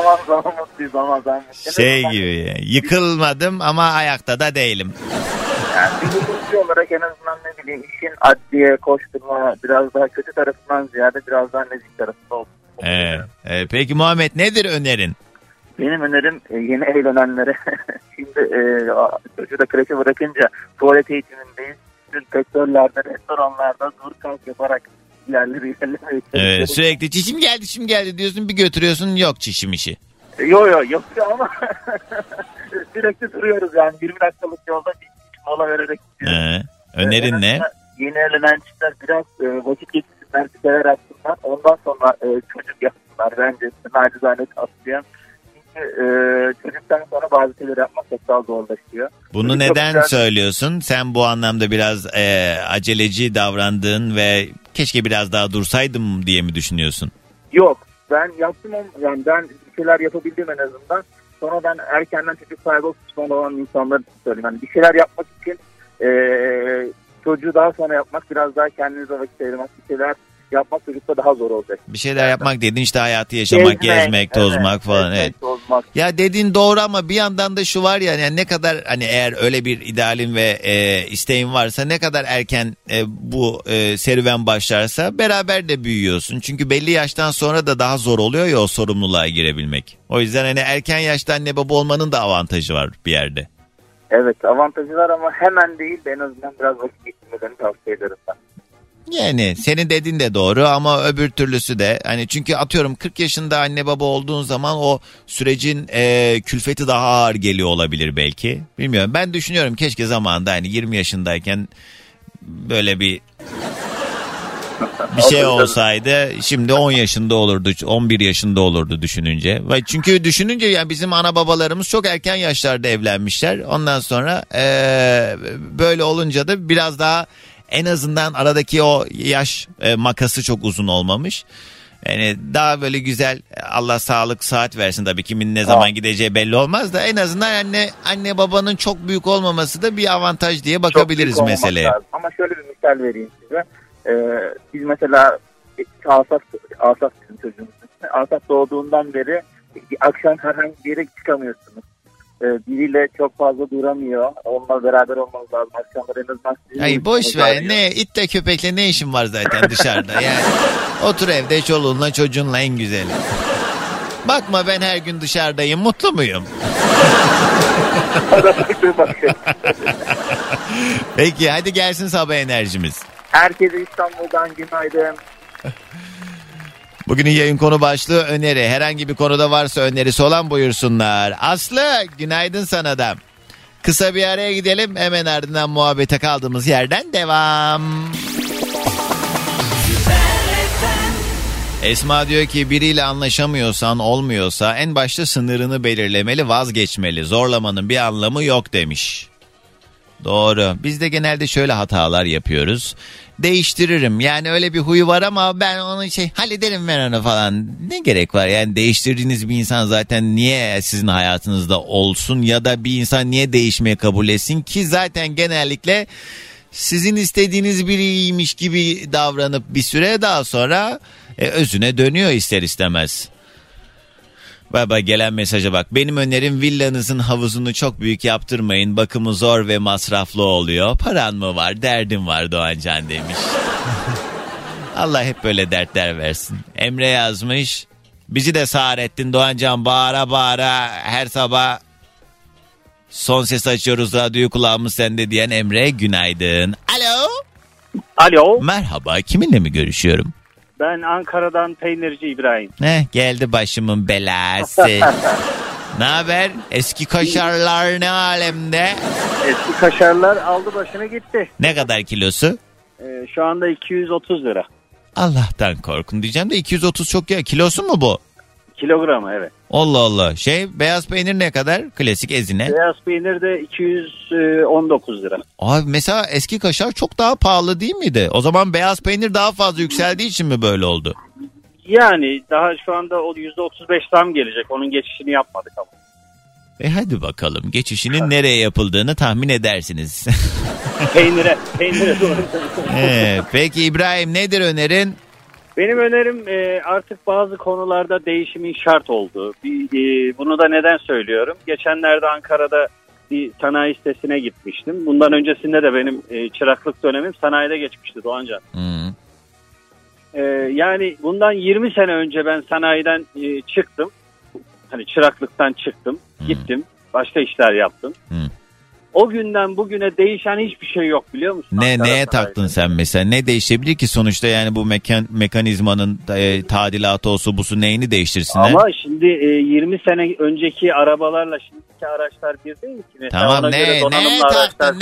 zaman mutluyum, zaman mutluyum. Gibi yıkılmadım ama ayakta da değilim. Yani bir hukukçu olarak en azından ne bileyim işin adliye koşturma biraz daha kötü tarafından ziyade biraz daha nezik tarafında olsun. Peki Muhammed, nedir önerin? Benim önerim yeni evlenenlere şimdi çocuğu da kreşe bırakınca tuvalet eğitimindeyiz. Bütün sektörlerde, restoranlarda dur kalk yaparak ilerlemeye sürekli çişim geldi diyorsun, bir götürüyorsun, yok çişim işi. Yok ama sürekli duruyoruz yani 20 dakikalık yolda bir mola vererek gidiyoruz. Önerin ne? Yeni evlenen çiftler biraz vakit geçirsinler, bir şeyler yapsınlar. Ondan sonra çocuk yapsınlar bence. Nacizane tavsiyem. Çünkü çocuktan sonra bazı şeyler yapmak çok daha zorlaşıyor. Bunu çocuk neden söylüyorsun? Sen bu anlamda biraz aceleci davrandığın ve keşke biraz daha dursaydım diye mi düşünüyorsun? Yok. Ben yaptım, yani ben bir şeyler yapabildim en azından. Sonra ben erkenden çocuk sahibi olup pişman olan insanlar için söyleyeyim. Yani bir şeyler yapmak için çocuğu daha sonra yapmak, biraz daha kendinize vakit ayırmak, bir şeyler yapmak çocukta daha zor olacak. Bir şeyler yapmak dediğin işte hayatı yaşamak, gezmek, tozmak falan. Evet. Tozmak. Ya dediğin doğru ama bir yandan da şu var ya, yani ne kadar hani eğer öyle bir idealin ve isteğin varsa, ne kadar erken bu serüven başlarsa beraber de büyüyorsun. Çünkü belli yaştan sonra da daha zor oluyor ya o sorumluluğa girebilmek. O yüzden hani erken yaşta anne baba olmanın da avantajı var bir yerde. Evet, avantajı var ama hemen değil, en azından biraz vakit geçirmelerini tavsiye ederim ben. Yani senin dediğin de doğru ama öbür türlüsü de hani, çünkü atıyorum 40 yaşında anne baba olduğun zaman o sürecin külfeti daha ağır geliyor olabilir belki. Bilmiyorum, ben düşünüyorum keşke zamanında hani 20 yaşındayken böyle bir şey olsaydı, şimdi 10 yaşında olurdu, 11 yaşında olurdu düşününce. Çünkü düşününce yani bizim ana babalarımız çok erken yaşlarda evlenmişler. Ondan sonra böyle olunca da biraz daha, en azından aradaki o yaş makası çok uzun olmamış. Yani daha böyle güzel, Allah sağlık sıhhat versin, tabii kimin ne zaman gideceği belli olmaz da en azından anne babanın çok büyük olmaması da bir avantaj diye bakabiliriz meseleye. Ama şöyle bir misal vereyim size. Biz mesela Asaf bizim çocuğumuz. Asaf doğduğundan beri akşam herhangi bir yere çıkamıyorsunuz. Biriyle çok fazla duramıyor. Onunla beraber olmanız lazım. Akşamları en azından ay boş ver. Ne itle köpekle ne işin var zaten dışarıda. Yani otur evde çoluğunla çocuğunla, en güzeli. Bakma ben her gün dışarıdayım. Mutlu muyum? Peki hadi gelsin sabah enerjimiz. Herkese İstanbul'dan günaydın. Bugünün yayın konu başlığı öneri. Herhangi bir konuda varsa önerisi olan buyursunlar. Aslı, günaydın sana da. Kısa bir araya gidelim, hemen ardından muhabbete kaldığımız yerden devam. Esma diyor ki biriyle anlaşamıyorsan, olmuyorsa en başta sınırını belirlemeli, vazgeçmeli. Zorlamanın bir anlamı yok demiş. Doğru. Biz de genelde şöyle hatalar yapıyoruz. Değiştiririm. Yani öyle bir huyu var ama ben onu hallederim ben onu falan. Ne gerek var? Yani değiştirdiğiniz bir insan zaten niye sizin hayatınızda olsun, ya da bir insan niye değişmeye kabul etsin ki? Zaten genellikle sizin istediğiniz biriymiş gibi davranıp bir süre daha sonra özüne dönüyor ister istemez. Baba gelen mesaja bak. Benim önerim, villanızın havuzunu çok büyük yaptırmayın. Bakımı zor ve masraflı oluyor. Paran mı var, derdin var Doğancan demiş. Allah hep böyle dertler versin. Emre yazmış. Bizi de sağır ettin Doğancan, bağıra bağıra her sabah son ses açıyoruz, radyoyu kulağımız sende diyen Emre, günaydın. Alo. Alo. Merhaba, kiminle mi görüşüyorum? Ben Ankara'dan peynirci İbrahim. Geldi başımın belası. Ne haber? Eski kaşarlar ne alemde? Eski kaşarlar aldı başını gitti. Ne kadar kilosu? Şu anda 230 lira. Allah'tan korkun diyeceğim de 230 çok ya. Kilosu mu bu? Kilogramı evet. Allah Allah. Beyaz peynir ne kadar? Klasik Ezine. Beyaz peynir de 219 lira. Abi mesela eski kaşar çok daha pahalı değil miydi? O zaman beyaz peynir daha fazla yükseldiği için mi böyle oldu? Yani daha şu anda o %35 zam gelecek. Onun geçişini yapmadık ama. Hadi bakalım, geçişinin nereye yapıldığını tahmin edersiniz. Peynire doğru. Peki İbrahim, nedir önerin? Benim önerim artık bazı konularda değişimin şart olduğu. Bunu da neden söylüyorum? Geçenlerde Ankara'da bir sanayi sitesine gitmiştim. Bundan öncesinde de benim çıraklık dönemim sanayide geçmişti Doğancan. Yani bundan 20 sene önce ben sanayiden çıktım. Hani çıraklıktan çıktım. Gittim. Başka işler yaptım. O günden bugüne değişen hiçbir şey yok biliyor musun? Neye taktın sen mesela? Ne değişebilir ki sonuçta yani bu mekanizmanın tadilatı olsa busu neyini değiştirsin? Ama şimdi 20 sene önceki arabalarla şimdiki araçlar bir değil ki. Mesela tamam ne taktın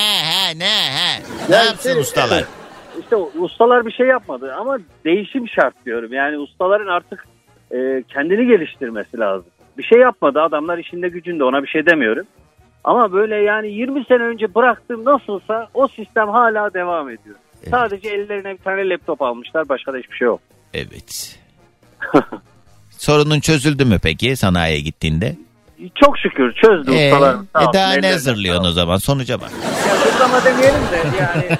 ne yapsın ustalar? İşte ustalar bir şey yapmadı ama değişim şart diyorum. Yani ustaların artık kendini geliştirmesi lazım. Bir şey yapmadı adamlar işinde gücünde, ona bir şey demiyorum. Ama böyle yani 20 sene önce bıraktığım nasılsa o sistem hala devam ediyor. Evet. Sadece ellerine bir tane laptop almışlar, başka da hiçbir şey yok. Evet. Sorunun çözüldü mü peki sanayiye gittiğinde? Çok şükür çözdü ustalar. Daha ne hazırlıyorsun o zaman, sonuca bak. Ya zırlama demeyelim de yani.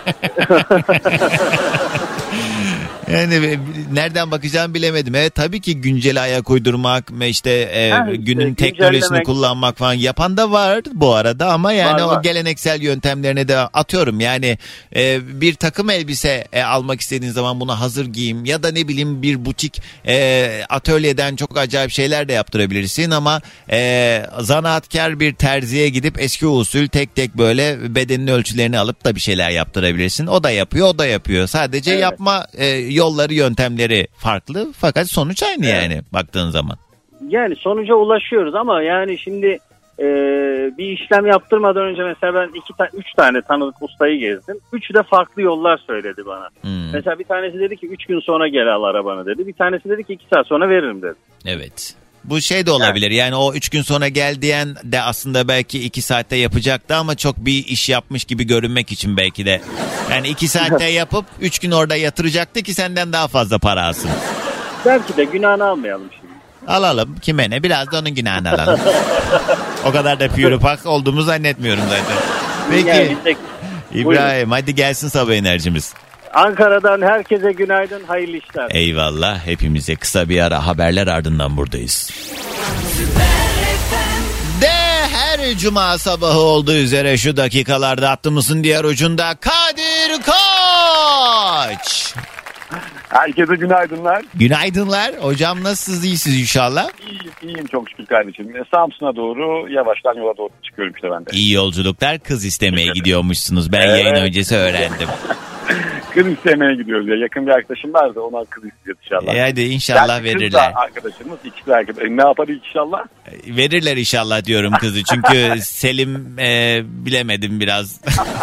Yani nereden bakacağımı bilemedim. Evet tabii ki güncele ayak uydurmak ve işte günün teknolojisini kullanmak falan yapan da var bu arada ama yani var. O geleneksel yöntemlerine de atıyorum. Yani bir takım elbise almak istediğin zaman buna hazır giyim ya da ne bileyim bir butik atölyeden çok acayip şeyler de yaptırabilirsin ama zanaatkar bir terziye gidip eski usul tek tek böyle bedenin ölçülerini alıp da bir şeyler yaptırabilirsin. O da yapıyor, o da yapıyor. Sadece yapma yolları, yöntemleri farklı fakat sonuç aynı yani baktığın zaman. Yani sonuca ulaşıyoruz ama yani şimdi bir işlem yaptırmadan önce mesela ben 3 tane tanıdık ustayı gezdim. 3'ü de farklı yollar söyledi bana. Mesela bir tanesi dedi ki 3 gün sonra gel al arabanı dedi. Bir tanesi dedi ki 2 saat sonra veririm dedi. Evet. Bu şey de olabilir yani o 3 gün sonra gel diyen de aslında belki 2 saatte yapacaktı ama çok bir iş yapmış gibi görünmek için belki de. Yani 2 saatte yapıp 3 gün orada yatıracaktı ki senden daha fazla para alsın. Belki de günahını almayalım şimdi. Alalım, kime ne, biraz da onun günahını alalım. O kadar da pürüpak olduğumu zannetmiyorum zaten. Peki yani İbrahim hadi gelsin sabah enerjimiz. Ankara'dan herkese günaydın, hayırlı işler. Eyvallah, hepimize kısa bir ara, haberler ardından buradayız. Her cuma sabahı olduğu üzere şu dakikalarda hattımızın diğer ucunda Kadir Koç. Herkese günaydınlar. Günaydınlar. Hocam nasılsınız? İyisiniz inşallah. İyiyim çok şükür kardeşim. Samsun'a doğru yavaştan yola doğru çıkıyorum işte ben de. İyi yolculuklar. Kız istemeye gidiyormuşsunuz. Ben yayın öncesi öğrendim. Kız istemeye gidiyoruz ya. Yakın bir arkadaşım var da ona kız istiyor inşallah. Hadi inşallah yani verirler. Kız da arkadaşımız, ikisi de arkadaş. Ne yapar inşallah? Verirler inşallah diyorum kızı. Çünkü Selim bilemedim biraz.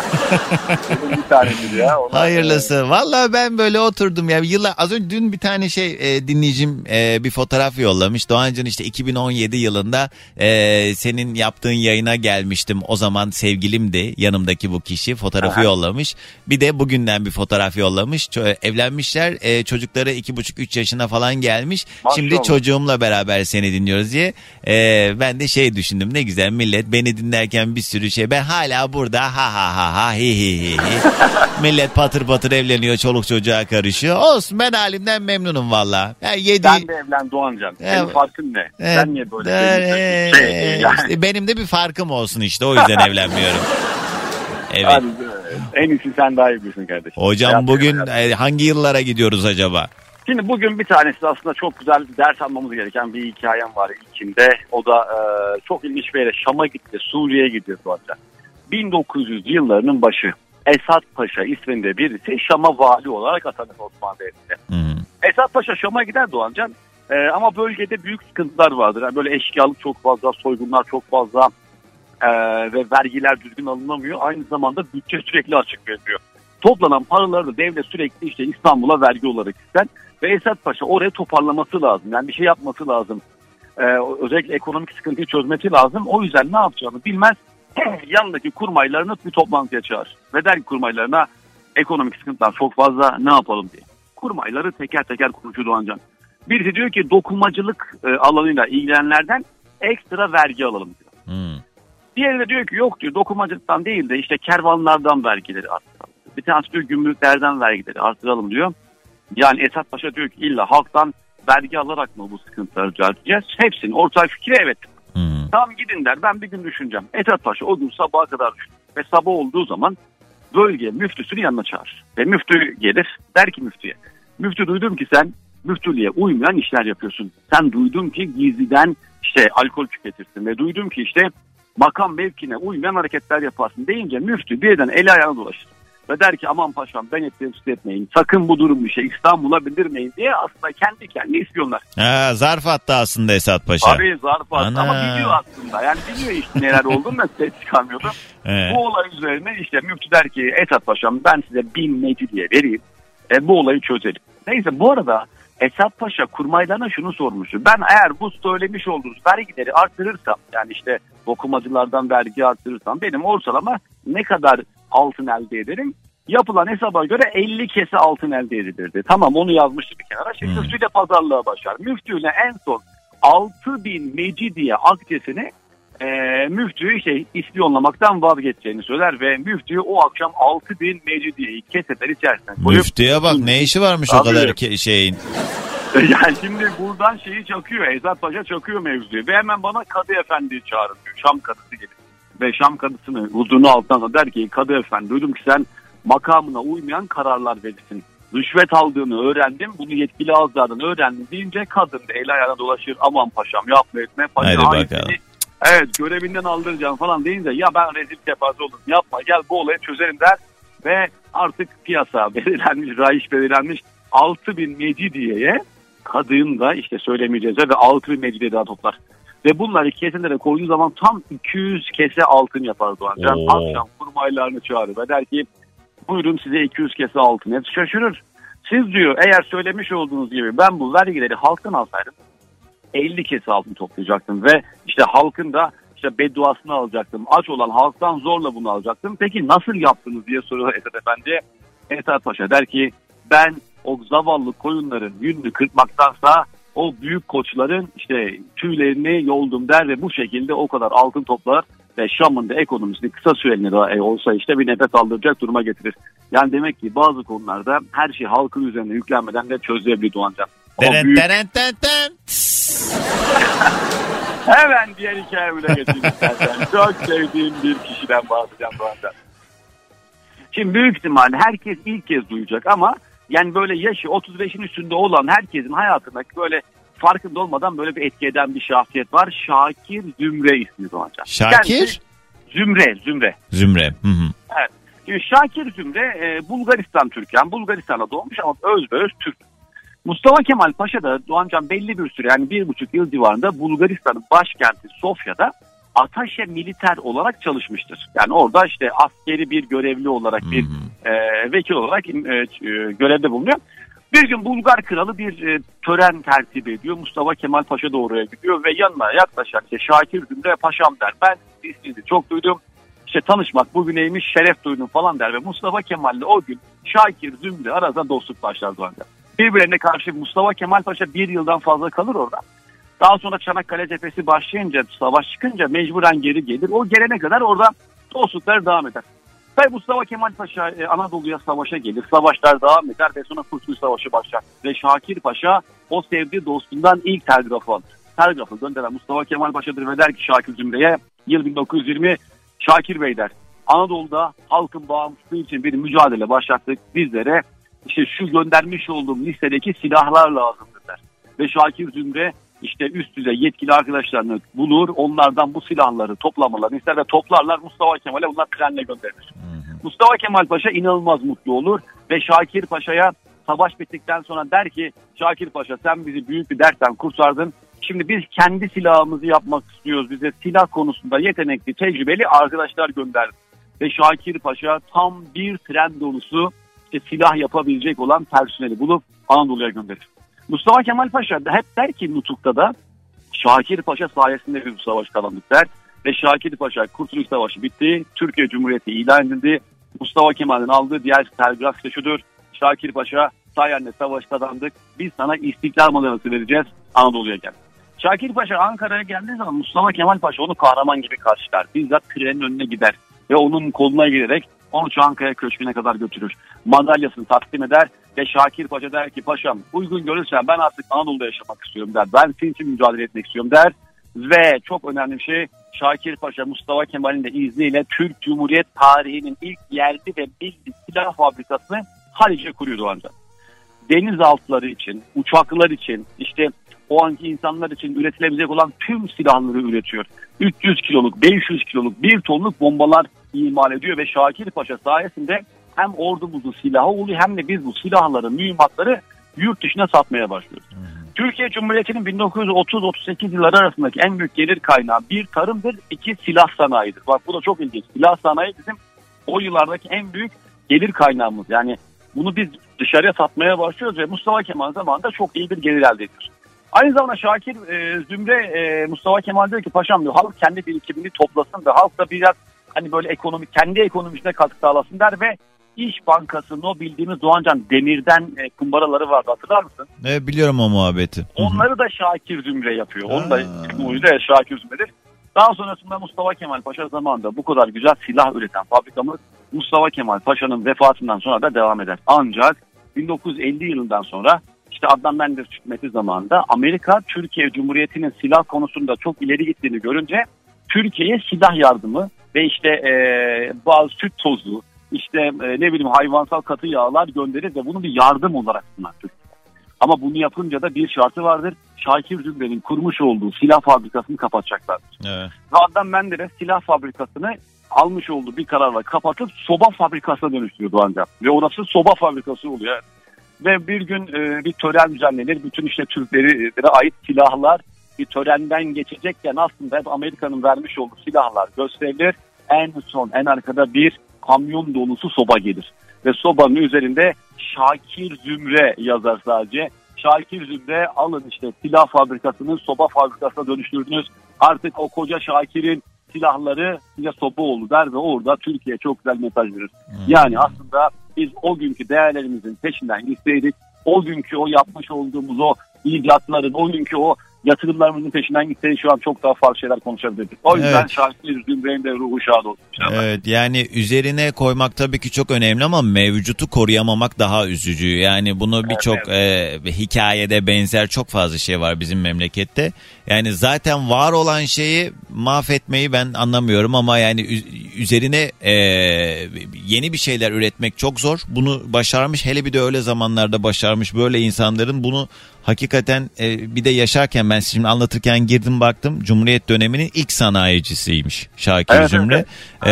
Bir tanedir ya. Hayırlısı. Vallahi ben böyle oturdum ya. Az önce dün bir tane dinleyicim bir fotoğraf yollamış. Doğancığım işte 2017 yılında senin yaptığın yayına gelmiştim. O zaman sevgilimdi yanımdaki bu kişi. Fotoğrafı yollamış. Bir de bugünden bir fotoğraf yollamış. Evlenmişler. Çocukları 2,5-3 yaşına falan gelmiş. Maşallah. Şimdi çocuğumla beraber seni dinliyoruz diye. Ben de düşündüm. Ne güzel millet beni dinlerken bir sürü şey. Ben hala burada ha hi. Millet patır patır evleniyor. Çoluk çocuğa karışıyor. Olsun, ben halimden memnunum valla. Ben de evlen Doğancan. Senin farkın ne? Sen niye böyle yani. Benim de bir farkım olsun işte. O yüzden evlenmiyorum. Evet. En iyisi sen daha iyi bilirsin kardeşim. Hocam bugün hangi yıllara gidiyoruz acaba? Şimdi bugün bir tanesi aslında çok güzel ders almamız gereken bir hikayem var içinde. O da çok ilginç bir yere, Şam'a gitti, Suriye'ye gidiyor zaten. 1900 yıllarının başı. Esat Paşa isminde birisi Şam'a vali olarak atanır Osmanlı Devleti'ne. Esat Paşa Şam'a gider Doğancan ama bölgede büyük sıkıntılar vardır. Yani böyle eşkıyalık çok fazla, soygunlar çok fazla ve vergiler düzgün alınamıyor. Aynı zamanda bütçe sürekli açık veriliyor. Toplanan paraları da devlet sürekli işte İstanbul'a vergi olarak ister. Ve Esat Paşa oraya toparlaması lazım. Yani bir şey yapması lazım. Özellikle ekonomik sıkıntıyı çözmesi lazım. O yüzden ne yapacağını bilmez. Yanındaki kurmaylarını bir toplantıya çağırır. Ve der ki kurmaylarına, ekonomik sıkıntılar çok fazla, ne yapalım diye. Kurmayları teker teker konuşuyor Doğancan. Birisi diyor ki dokumacılık alanıyla ilgilenenlerden ekstra vergi alalım diyor. Diğeri de diyor ki yok diyor, dokumacılıktan değil de işte kervanlardan vergileri arttıralım. Bir tanesi diyor gümrüklerden vergileri arttıralım diyor. Yani Esat Paşa diyor ki illa halktan vergi alarak mı bu sıkıntıları düzelteceğiz? Hepsinin ortak fikri evet. Tamam gidin der, ben bir gün düşüneceğim. Esat Paşa o gün sabaha kadar düşünür. Ve sabah olduğu zaman bölge müftüsünü yanına çağırır. Ve müftü gelir, der ki müftüye. Müftü, duydum ki sen müftülüğe uymayan işler yapıyorsun. Sen duydum ki gizliden işte alkol tüketirsin ve duydum ki işte makam mevkine uymayan hareketler yaparsın deyince müftü birden eli ayağına dolaşır. Ve der ki aman paşam ben ettiğim süt etmeyin. Sakın bu durum bir şey İstanbul'a bildirmeyin diye aslında kendi kendine ispiyonlar. Zarf attı aslında Esat Paşa. Tabii zarf attı ama biliyor aslında. Yani biliyor işte neler olduğunu da ses çıkarmıyordu. Evet. Bu olay üzerine işte müftü der ki Esat Paşam ben size 1000 mecidiye vereyim. Bu olayı çözelim. Neyse bu arada Esat Paşa kurmaylarına şunu sormuştu. Ben eğer bu söylemiş olduğunuz vergileri arttırırsam yani işte dokumacılardan vergi arttırırsam benim ortalama ne kadar altın elde ederim? Yapılan hesaba göre 50 kese altın elde edilirdi. Tamam onu yazmıştı bir kenara. Şimdi suyla pazarlığa başlar. Müftüyle en son 6000 mecidiye akçesini müftüyü ispiyonlamaktan vazgeçeceğini söyler ve müftüyü o akşam 6000 mecidiyeyi keseler içerisinde koyup... Müftüye bak ne işi varmış o kadar şeyin. Yani şimdi buradan şeyi çakıyor. Esat Paşa çakıyor mevzuyu ve hemen bana Kadı Efendi'yi çağırın diyor. Şam kadısı gelir. Ve Şam kadısını huzuruna altından da der ki Kadı Efendi duydum ki sen makamına uymayan kararlar verirsin. Rüşvet aldığını öğrendim. Bunu yetkili ağızlardan öğrendim deyince kadın da el ayağına dolaşır. Aman paşam yapma etme. Paşa bakalım. Evet görevinden aldıracağım falan deyince ya ben rezil kepaze oldum yapma gel bu olayı çözelim der. Ve artık piyasa belirlenmiş, rayiç belirlenmiş 6000 mecidiyeye kadın da işte söylemeyeceğiz ve 6000 mecidiye daha toplar. Ve bunları kesenlere koyduğu zaman tam 200 kese altın yapar Doğancan. Akşam kurmaylarını çağırır ve der ki buyurun size 200 kese altın. Hepsi şaşırır. Siz diyor eğer söylemiş olduğunuz gibi ben bu vergileri halktan alsaydım 50 kese altın toplayacaktım ve işte halkın da işte bedduasını alacaktım. Aç olan halktan zorla bunu alacaktım. Peki nasıl yaptınız diye soruyor Esat Efendi. Esat Paşa der ki ben o zavallı koyunların yününü kırpmaktansa o büyük koçların işte tüylerini yoldum der ve bu şekilde o kadar altın toplar ve Şam'ın da ekonomisini kısa süreliğine olsa işte bir nefes aldıracak duruma getirir. Yani demek ki bazı konularda her şey halkın üzerine yüklenmeden de çözülebilir Doğancan. Hemen diğer hikayemle geçeyim istersen. Çok sevdiğim bir kişiden bahsedeceğim Doğancan. Şimdi büyük ihtimalle herkes ilk kez duyacak ama yani böyle yaşı 35'in üstünde olan herkesin hayatındaki böyle farkında olmadan böyle bir etki eden bir şahsiyet var. Şakir Zümre ismi Doğancan. Şakir? Zümre. Hı. Evet. Şimdi Şakir Zümre Bulgaristan Türk. Yani Bulgaristan'da doğmuş ama özbeöz Türk. Mustafa Kemal Paşa da Doğancan belli bir süre yani 1,5 yıl civarında Bulgaristan'ın başkenti Sofya'da ataşe militer olarak çalışmıştır. Yani orada işte askeri bir görevli olarak bir vekil olarak görevde bulunuyor. Bir gün Bulgar kralı bir tören tertip ediyor. Mustafa Kemal Paşa da oraya gidiyor ve yanına yaklaşan işte Şakir Zümre Paşam der. Ben ismini çok duydum. İşte tanışmak bugüneymiş şeref duydum falan der ve Mustafa Kemal'le o gün Şakir Zümre arasında dostluk başlar Doğancan. Birbirlerine karşı Mustafa Kemal Paşa 1 yıldan fazla kalır orada. Daha sonra Çanakkale cephesi başlayınca, savaş çıkınca mecburen geri gelir. O gelene kadar orada dostluklar devam eder. Tabii Mustafa Kemal Paşa Anadolu'ya savaşa gelir. Savaşlar devam eder ve sonra Kurtuluş Savaşı başlar. Ve Şakir Paşa o sevdiği dostundan ilk telgrafı alır. Telgrafı gönderen Mustafa Kemal Paşa'dır ve der ki Şakir Zümre'ye yıl 1920 Şakir Bey der. Anadolu'da halkın bağımsızlığı için bir mücadele başlattık. Bizlere işte şu göndermiş olduğum listedeki silahlar lazımdır der. Ve Şakir Zümre işte üst düzey yetkili arkadaşlarını bulur. Onlardan bu silahları toplamalarını ister ve toplarlar. Mustafa Kemal'e bunlar trenle gönderilir. Mustafa Kemal Paşa inanılmaz mutlu olur ve Şakir Paşa'ya savaş bittikten sonra der ki Şakir Paşa sen bizi büyük bir dertten kurtardın. Şimdi biz kendi silahımızı yapmak istiyoruz. Bize silah konusunda yetenekli, tecrübeli arkadaşlar gönderdi. Ve Şakir Paşa tam bir tren dolusu işte silah yapabilecek olan personeli bulup Anadolu'ya gönderir. Mustafa Kemal Paşa da hep der ki Nutuk'ta da Şakir Paşa sayesinde bir savaş kazandık der. Ve Şakir Paşa Kurtuluş Savaşı bitti. Türkiye Cumhuriyeti ilan edildi. Mustafa Kemal'in aldığı diğer telgraf işte şudur. Şakir Paşa sayende savaş kazandık. Biz sana istiklal madalyası vereceğiz. Anadolu'ya gel. Şakir Paşa Ankara'ya geldiği zaman Mustafa Kemal Paşa onu kahraman gibi karşılar. Bizzat trenin önüne gider ve onun koluna girerek onu Çankaya Köşkü'ne kadar götürür. Madalyasını takdim eder ve Şakir Paşa der ki paşam uygun görürsen ben artık Anadolu'da yaşamak istiyorum der. Ben senin için mücadele etmek istiyorum der. Ve çok önemli bir şey, Şakir Paşa Mustafa Kemal'in de izniyle Türk Cumhuriyet tarihinin ilk yerli ve milli silah fabrikasını Haliç'e kuruyordu ancak. Denizaltıları için, uçaklar için, işte o anki insanlar için üretilebilecek olan tüm silahları üretiyor. 300 kiloluk, 500 kiloluk, 1 tonluk bombalar imal ediyor ve Şakir Paşa sayesinde hem ordumuzun silahı oluyor hem de biz bu silahları, mühimmatları yurt dışına satmaya başlıyoruz. Türkiye Cumhuriyeti'nin 1930-38 yılları arasındaki en büyük gelir kaynağı bir tarımdır, 2 silah sanayidir. Bak bu da çok ilginç. Silah sanayi bizim o yıllardaki en büyük gelir kaynağımız. Yani bunu biz dışarıya satmaya başlıyoruz ve Mustafa Kemal zamanında çok iyi bir gelir elde ediyoruz. Aynı zamanda Şakir Zümre Mustafa Kemal diyor ki paşam diyor, halk kendi birikimini toplasın ve halk da biraz hani böyle kendi ekonomisine katkı sağlasın der ve İş Bankası'nın o bildiğimiz Doğancan demirden kumbaraları vardı, hatırlar mısın? Evet, biliyorum o muhabbeti. Onları da Şakir Zümre yapıyor. Onu da mucize Şakir Zümre'dir. Daha sonrasında Mustafa Kemal Paşa zamanında bu kadar güzel silah üreten fabrikamız Mustafa Kemal Paşa'nın vefatından sonra da devam eder. Ancak 1950 yılından sonra işte Adnan Menderes hükümeti zamanında Amerika Türkiye Cumhuriyeti'nin silah konusunda çok ileri gittiğini görünce Türkiye'ye silah yardımı ve işte bazı süt tozu, işte ne bileyim hayvansal katı yağlar gönderir ve bunu bir yardım olarak sunar. Ama bunu yapınca da bir şartı vardır. Şakir Zümre'nin kurmuş olduğu silah fabrikasını kapatacaklardır. Evet. Adnan Menderes silah fabrikasını almış olduğu bir kararla kapatıp soba fabrikasına dönüştürüyordu ancak. Ve orası soba fabrikası oluyor. Ve bir gün bir tören düzenlenir. Bütün işte Türklere ait silahlar bir törenden geçecekken aslında hep Amerika'nın vermiş olduğu silahlar gösterilir. En son en arkada bir kamyon dolusu soba gelir. Ve sobanın üzerinde Şakir Zümre yazar sadece. Şakir Zümre, alın işte silah fabrikasını soba fabrikasına dönüştürdünüz. Artık o koca Şakir'in silahları size soba oldu der ve orada Türkiye'ye çok güzel mesaj verir. Yani aslında biz o günkü değerlerimizin peşinden gitseydik, o günkü o yapmış olduğumuz o icatların, o günkü o yatırımlarımızın peşinden gitseydik şu an çok daha farklı şeyler konuşabilirdik. O yüzden Şakir Zümre'nin de ruhu şad olsun. Evet, yani üzerine koymak tabii ki çok önemli ama mevcutu koruyamamak daha üzücü. Yani bunu birçok hikayede benzer çok fazla şey var bizim memlekette. Yani zaten var olan şeyi mahvetmeyi ben anlamıyorum ama yani üzerine yeni bir şeyler üretmek çok zor. Bunu başarmış, hele bir de öyle zamanlarda başarmış böyle insanların bunu hakikaten bir de yaşarken ben şimdi anlatırken girdim baktım Cumhuriyet döneminin ilk sanayicisiymiş Şakir Zümre.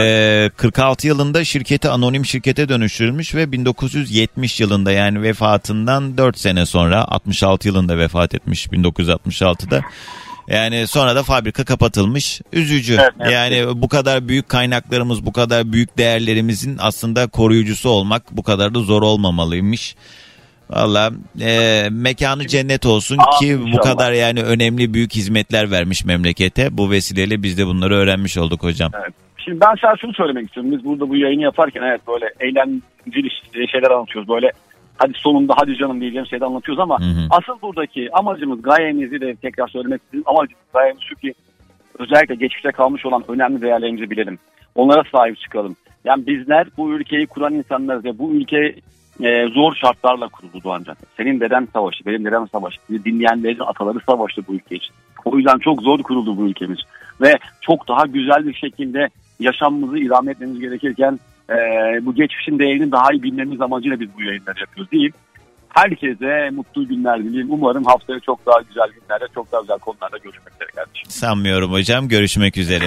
46 yılında şirketi anonim şirkete dönüştürülmüş ve 1970 yılında yani vefatından 4 sene sonra 66 yılında vefat etmiş 1966'da. Yani sonra da fabrika kapatılmış. Üzücü. Evet. Yani bu kadar büyük kaynaklarımız, bu kadar büyük değerlerimizin aslında koruyucusu olmak bu kadar da zor olmamalıymış. Valla mekanı cennet olsun ki bu kadar yani önemli büyük hizmetler vermiş memlekete. Bu vesileyle biz de bunları öğrenmiş olduk hocam. Evet. Şimdi ben sana şunu söylemek istiyorum. Biz burada bu yayını yaparken evet böyle eğlenceli şeyler anlatıyoruz. Böyle hadi sonunda hadi canım diyeceğim şeyler anlatıyoruz ama asıl buradaki amacımız, gayemizi de tekrar söylemek istiyorum. Amacımız, gayemiz şu ki özellikle geçmişte kalmış olan önemli değerlerimizi bilelim. Onlara sahip çıkalım. Yani bizler bu ülkeyi kuran insanlarız ve bu ülke zor şartlarla kuruldu Doğancan. Senin deden savaşı, benim dedem savaşı, dinleyenlerin ataları savaştı bu ülke için. O yüzden çok zor kuruldu bu ülkemiz. Ve çok daha güzel bir şekilde yaşamımızı idame etmemiz gerekirken bu geçmişin değerini daha iyi bilmemiz amacıyla biz bu yayınları yapıyoruz değil. Herkese mutlu günler dileyim. Umarım haftaya çok daha güzel günlerde, çok daha güzel konularda görüşmek üzere kardeşim. Sanmıyorum hocam. Görüşmek üzere.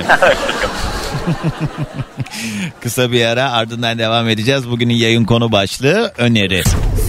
Kısa bir ara, ardından devam edeceğiz. Bugünün yayın konu başlığı öneri.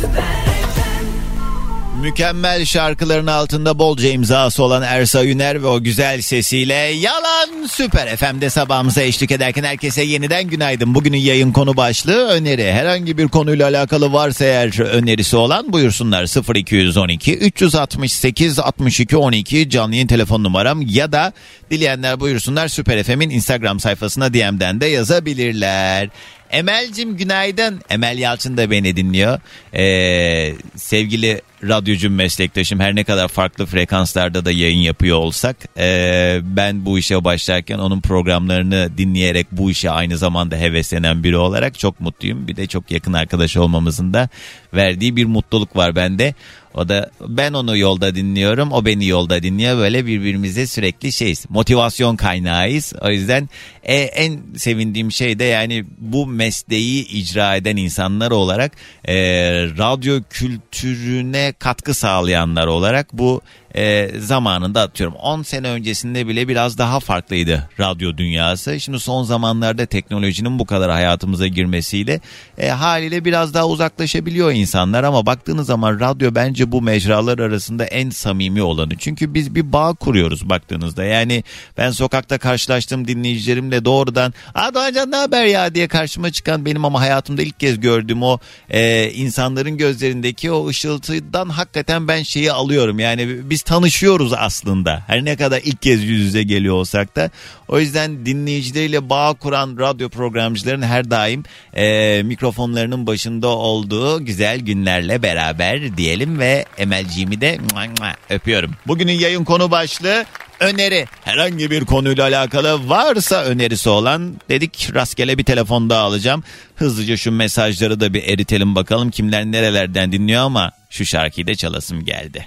Mükemmel şarkıların altında bolca imzası olan Ersa Üner ve o güzel sesiyle Yalan Süper FM'de sabahımıza eşlik ederken herkese yeniden günaydın. Bugünün yayın konu başlığı öneri. Herhangi bir konuyla alakalı varsa eğer önerisi olan buyursunlar. 0212 368 62 12 canlı yayın telefon numaram ya da dileyenler buyursunlar Süper FM'in Instagram sayfasına DM'den de yazabilirler. Emel'cim günaydın. Emel Yalçın da beni dinliyor. Sevgili radyocum, meslektaşım, her ne kadar farklı frekanslarda da yayın yapıyor olsak ben bu işe başlarken onun programlarını dinleyerek bu işe aynı zamanda heveslenen biri olarak çok mutluyum. Bir de çok yakın arkadaş olmamızın da verdiği bir mutluluk var bende. O da ben onu yolda dinliyorum, o beni yolda dinliyor. Böyle birbirimize sürekli şeyiz. Motivasyon kaynağıyız. O yüzden en sevindiğim şey de yani bu mesleği icra eden insanlar olarak radyo kültürüne katkı sağlayanlar olarak bu zamanında atıyorum 10 sene öncesinde bile biraz daha farklıydı radyo dünyası. Şimdi son zamanlarda teknolojinin bu kadar hayatımıza girmesiyle haliyle biraz daha uzaklaşabiliyor insanlar ama baktığınız zaman radyo bence bu mecralar arasında en samimi olanı. Çünkü biz bir bağ kuruyoruz baktığınızda. Yani ben sokakta karşılaştığım dinleyicilerimle doğrudan Doğancan ne haber ya diye karşıma çıkan benim ama hayatımda ilk kez gördüğüm o insanların gözlerindeki o ışıltıdan hakikaten ben şeyi alıyorum. Yani biz tanışıyoruz aslında. Her ne kadar ilk kez yüz yüze geliyor olsak da. O yüzden dinleyicileriyle bağ kuran radyo programcıların her daim mikrofonlarının başında olduğu güzel günlerle beraber diyelim ve Emelciğimi de öpüyorum. Bugünün yayın konu başlığı öneri. Herhangi bir konuyla alakalı varsa önerisi olan dedik rastgele bir telefon daha alacağım. Hızlıca şu mesajları da bir eritelim bakalım kimler nerelerden dinliyor ama şu şarkıyı da çalasım geldi.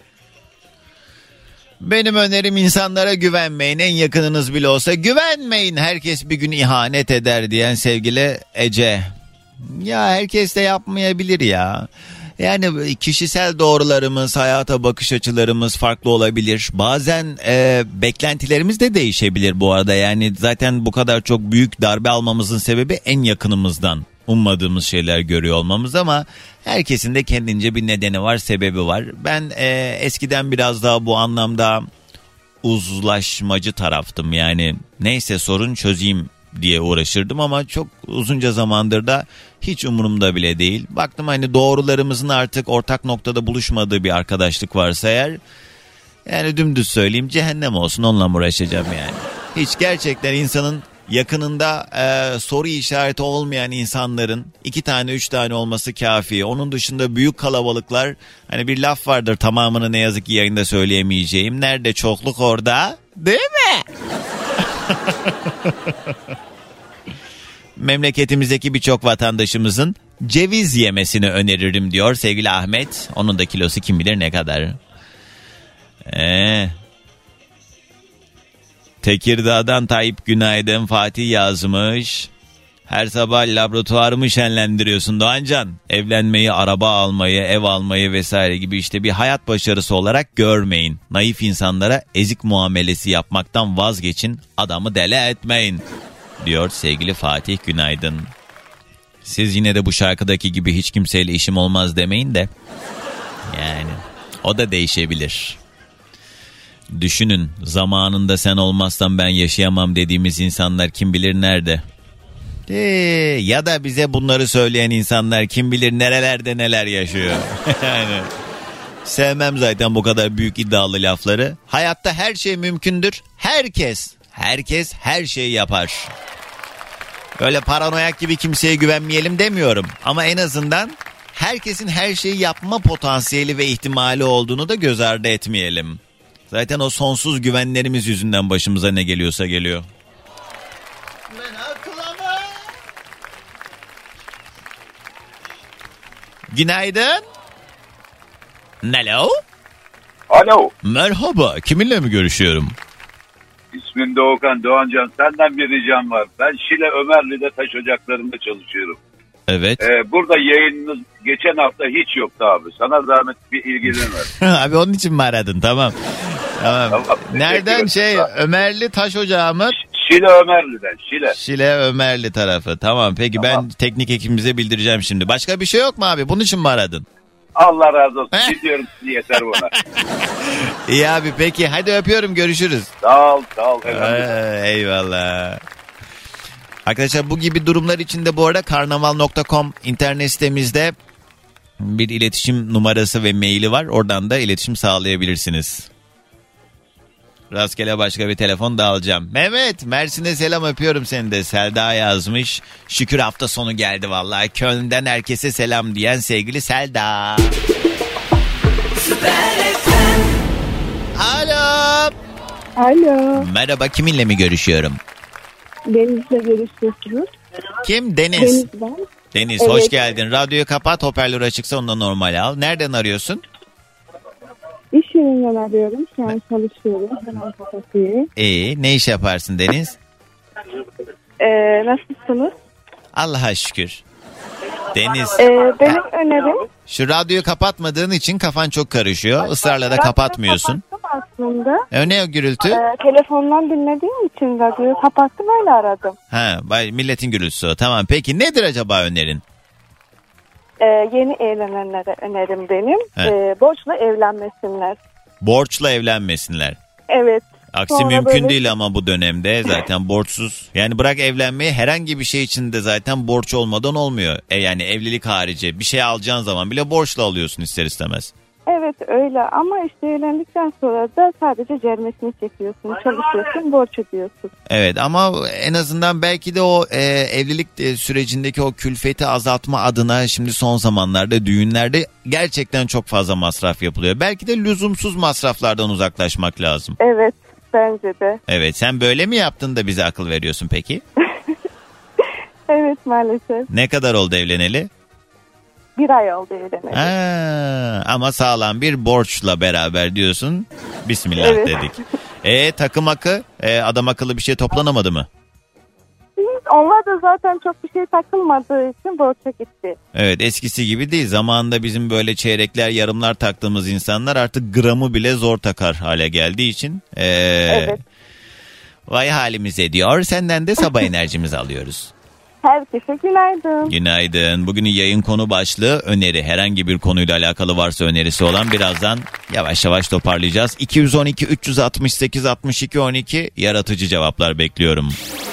Benim önerim insanlara güvenmeyin. En yakınınız bile olsa güvenmeyin. Herkes bir gün ihanet eder diyen sevgili Ece. Ya herkes de yapmayabilir ya. Yani kişisel doğrularımız, hayata bakış açılarımız farklı olabilir. Bazen beklentilerimiz de değişebilir bu arada. Yani zaten bu kadar çok büyük darbe almamızın sebebi en yakınımızdan ummadığımız şeyler görüyor olmamız ama herkesin de kendince bir nedeni var, sebebi var. Ben eskiden biraz daha bu anlamda uzlaşmacı taraftım. Yani neyse sorun çözeyim diye uğraşırdım ama çok uzunca zamandır da hiç umurumda bile değil. Baktım hani doğrularımızın artık ortak noktada buluşmadığı bir arkadaşlık varsa eğer, yani dümdüz söyleyeyim cehennem olsun onunla mı uğraşacağım yani. Hiç gerçekten insanın yakınında soru işareti olmayan insanların 2 tane 3 tane olması kafi. Onun dışında büyük kalabalıklar, hani bir laf vardır tamamını ne yazık ki yayında söyleyemeyeceğim. Nerede çokluk orada, değil mi? Memleketimizdeki birçok vatandaşımızın ceviz yemesini öneririm diyor sevgili Ahmet. Onun da kilosu kim bilir ne kadar. Tekirdağ'dan Tayyip günaydın. Fatih yazmış. Her sabah laboratuvarımı şenlendiriyorsun Doğancan. Evlenmeyi, araba almayı, ev almayı vesaire gibi işte bir hayat başarısı olarak görmeyin. Naif insanlara ezik muamelesi yapmaktan vazgeçin. Adamı deli etmeyin diyor sevgili Fatih günaydın. Siz yine de bu şarkıdaki gibi hiç kimseyle işim olmaz demeyin de. Yani o da değişebilir. Düşünün, zamanında sen olmazsan ben yaşayamam dediğimiz insanlar kim bilir nerede? Ya da bize bunları söyleyen insanlar kim bilir nerelerde neler yaşıyor. Yani sevmem zaten bu kadar büyük iddialı lafları. Hayatta her şey mümkündür. Herkes her şeyi yapar. Öyle paranoyak gibi kimseye güvenmeyelim demiyorum. Ama en azından herkesin her şeyi yapma potansiyeli ve ihtimali olduğunu da göz ardı etmeyelim. Zaten o sonsuz güvenlerimiz yüzünden başımıza ne geliyorsa geliyor. Ben aklıma. Günaydın. Hello. Alo. Merhaba. Kiminle mi görüşüyorum? İsmim Doğukan. Doğancan, senden bir ricam var. Ben Şile Ömerli'de taş ocaklarında çalışıyorum. Evet. Burada yayınınız geçen hafta hiç yoktu abi. Sana zahmet bir ilgilen ver. Abi onun için mi aradın? Tamam. Tamam. Nereden Ömerli taş ocağı mı? Şile Ömerli'den. Şile Ömerli tarafı. Tamam peki tamam. Ben teknik ekibimize bildireceğim şimdi. Başka bir şey yok mu abi? Bunun için mi aradın? Allah razı olsun. Biliyorum yeter bana. İyi abi peki. Hadi öpüyorum. Görüşürüz. Sağ ol. Eyvallah. Arkadaşlar bu gibi durumlar için de bu arada karnaval.com internet sitemizde bir iletişim numarası ve maili var. Oradan da iletişim sağlayabilirsiniz. Rastgele başka bir telefon da alacağım. Mehmet, Mersin'e selam, öpüyorum seni de. Selda yazmış. Şükür hafta sonu geldi vallahi. Köln'den herkese selam diyen sevgili Selda. Alo. Merhaba, kiminle mi görüşüyorum? Deniz'le görüşüyorsunuz. Kim? Deniz. Deniz ben. Deniz, evet. Hoş geldin. Radyoyu kapat, hoparlör açıksa onu da normal al. Nereden arıyorsun? birinden arıyorum. Şu an çalışıyorum. Hemen kapatayım. İyi. Ne iş yaparsın Deniz? Nasılsınız? Allah'a şükür. Deniz. Benim önerim. Şu radyoyu kapatmadığın için kafan çok karışıyor. Israrla da kapatmıyorsun. Kapattım aslında. Ne o gürültü? Telefondan dinlediğim için radyoyu kapattım, öyle aradım. Milletin gürültüsü o. Tamam, peki nedir acaba önerin? Yeni evlenenlere önerim benim. Borçla evlenmesinler. Borçla evlenmesinler. Evet. Aksi Sonra mümkün böyle... değil ama bu dönemde zaten borçsuz. Yani bırak evlenmeyi, herhangi bir şey için de zaten borç olmadan olmuyor. Yani evlilik harici bir şey alacağın zaman bile borçla alıyorsun ister istemez. Evet öyle ama işte evlendikten sonra da sadece cermesini çekiyorsun, çalışıyorsun, borç ödüyorsun. Evet ama en azından belki de o evlilik sürecindeki o külfeti azaltma adına şimdi son zamanlarda düğünlerde gerçekten çok fazla masraf yapılıyor. Belki de lüzumsuz masraflardan uzaklaşmak lazım. Evet bence de. Evet, sen böyle mi yaptın da bize akıl veriyorsun peki? Evet maalesef. Ne kadar oldu evleneli? 1 ay oldu evleneli. Ama sağlam bir borçla beraber diyorsun. Bismillah evet. Dedik. Takım akı adam akıllı bir şey toplanamadı mı? Onlar da zaten çok bir şey takılmadığı için borça gitti. Evet, eskisi gibi değil. Zamanında bizim böyle çeyrekler, yarımlar taktığımız insanlar artık gramı bile zor takar hale geldiği için. Evet. Vay halimize diyor. Senden de sabah enerjimizi alıyoruz. Herkese günaydın. Günaydın. Bugünün yayın konu başlığı öneri. Herhangi bir konuyla alakalı varsa önerisi olan birazdan yavaş yavaş toparlayacağız. 212 368 62 12 yaratıcı cevaplar bekliyorum.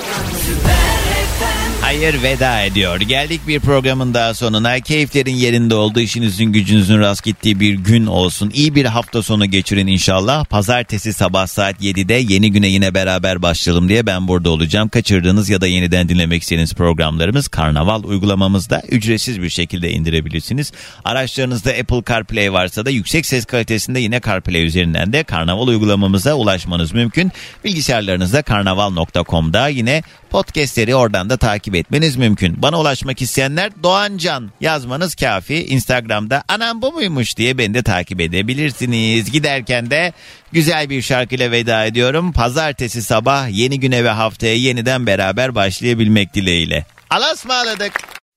Hayır, veda ediyor. Geldik bir programın daha sonuna. Keyiflerin yerinde olduğu, işinizin gücünüzün rast gittiği bir gün olsun. İyi bir hafta sonu geçirin inşallah. Pazartesi sabah saat 7'de yeni güne yine beraber başlayalım diye ben burada olacağım. Kaçırdığınız ya da yeniden dinlemek istediğiniz programlarımız Karnaval uygulamamızda ücretsiz bir şekilde indirebilirsiniz. Araçlarınızda Apple CarPlay varsa da yüksek ses kalitesinde yine CarPlay üzerinden de Karnaval uygulamamıza ulaşmanız mümkün. Bilgisayarlarınızda karnaval.com'da yine podcastleri oradan da takip etmeniz mümkün. Bana ulaşmak isteyenler Doğancan yazmanız kafi. Instagram'da anam bu muymuş diye beni de takip edebilirsiniz. Giderken de güzel bir şarkıyla veda ediyorum. Pazartesi sabah yeni güne ve haftaya yeniden beraber başlayabilmek dileğiyle. Allah'a ısmarladık.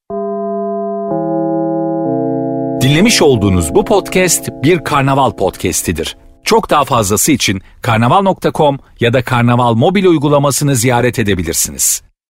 Dinlemiş olduğunuz bu podcast bir Karnaval podcastidir. Çok daha fazlası için karnaval.com ya da Karnaval mobil uygulamasını ziyaret edebilirsiniz.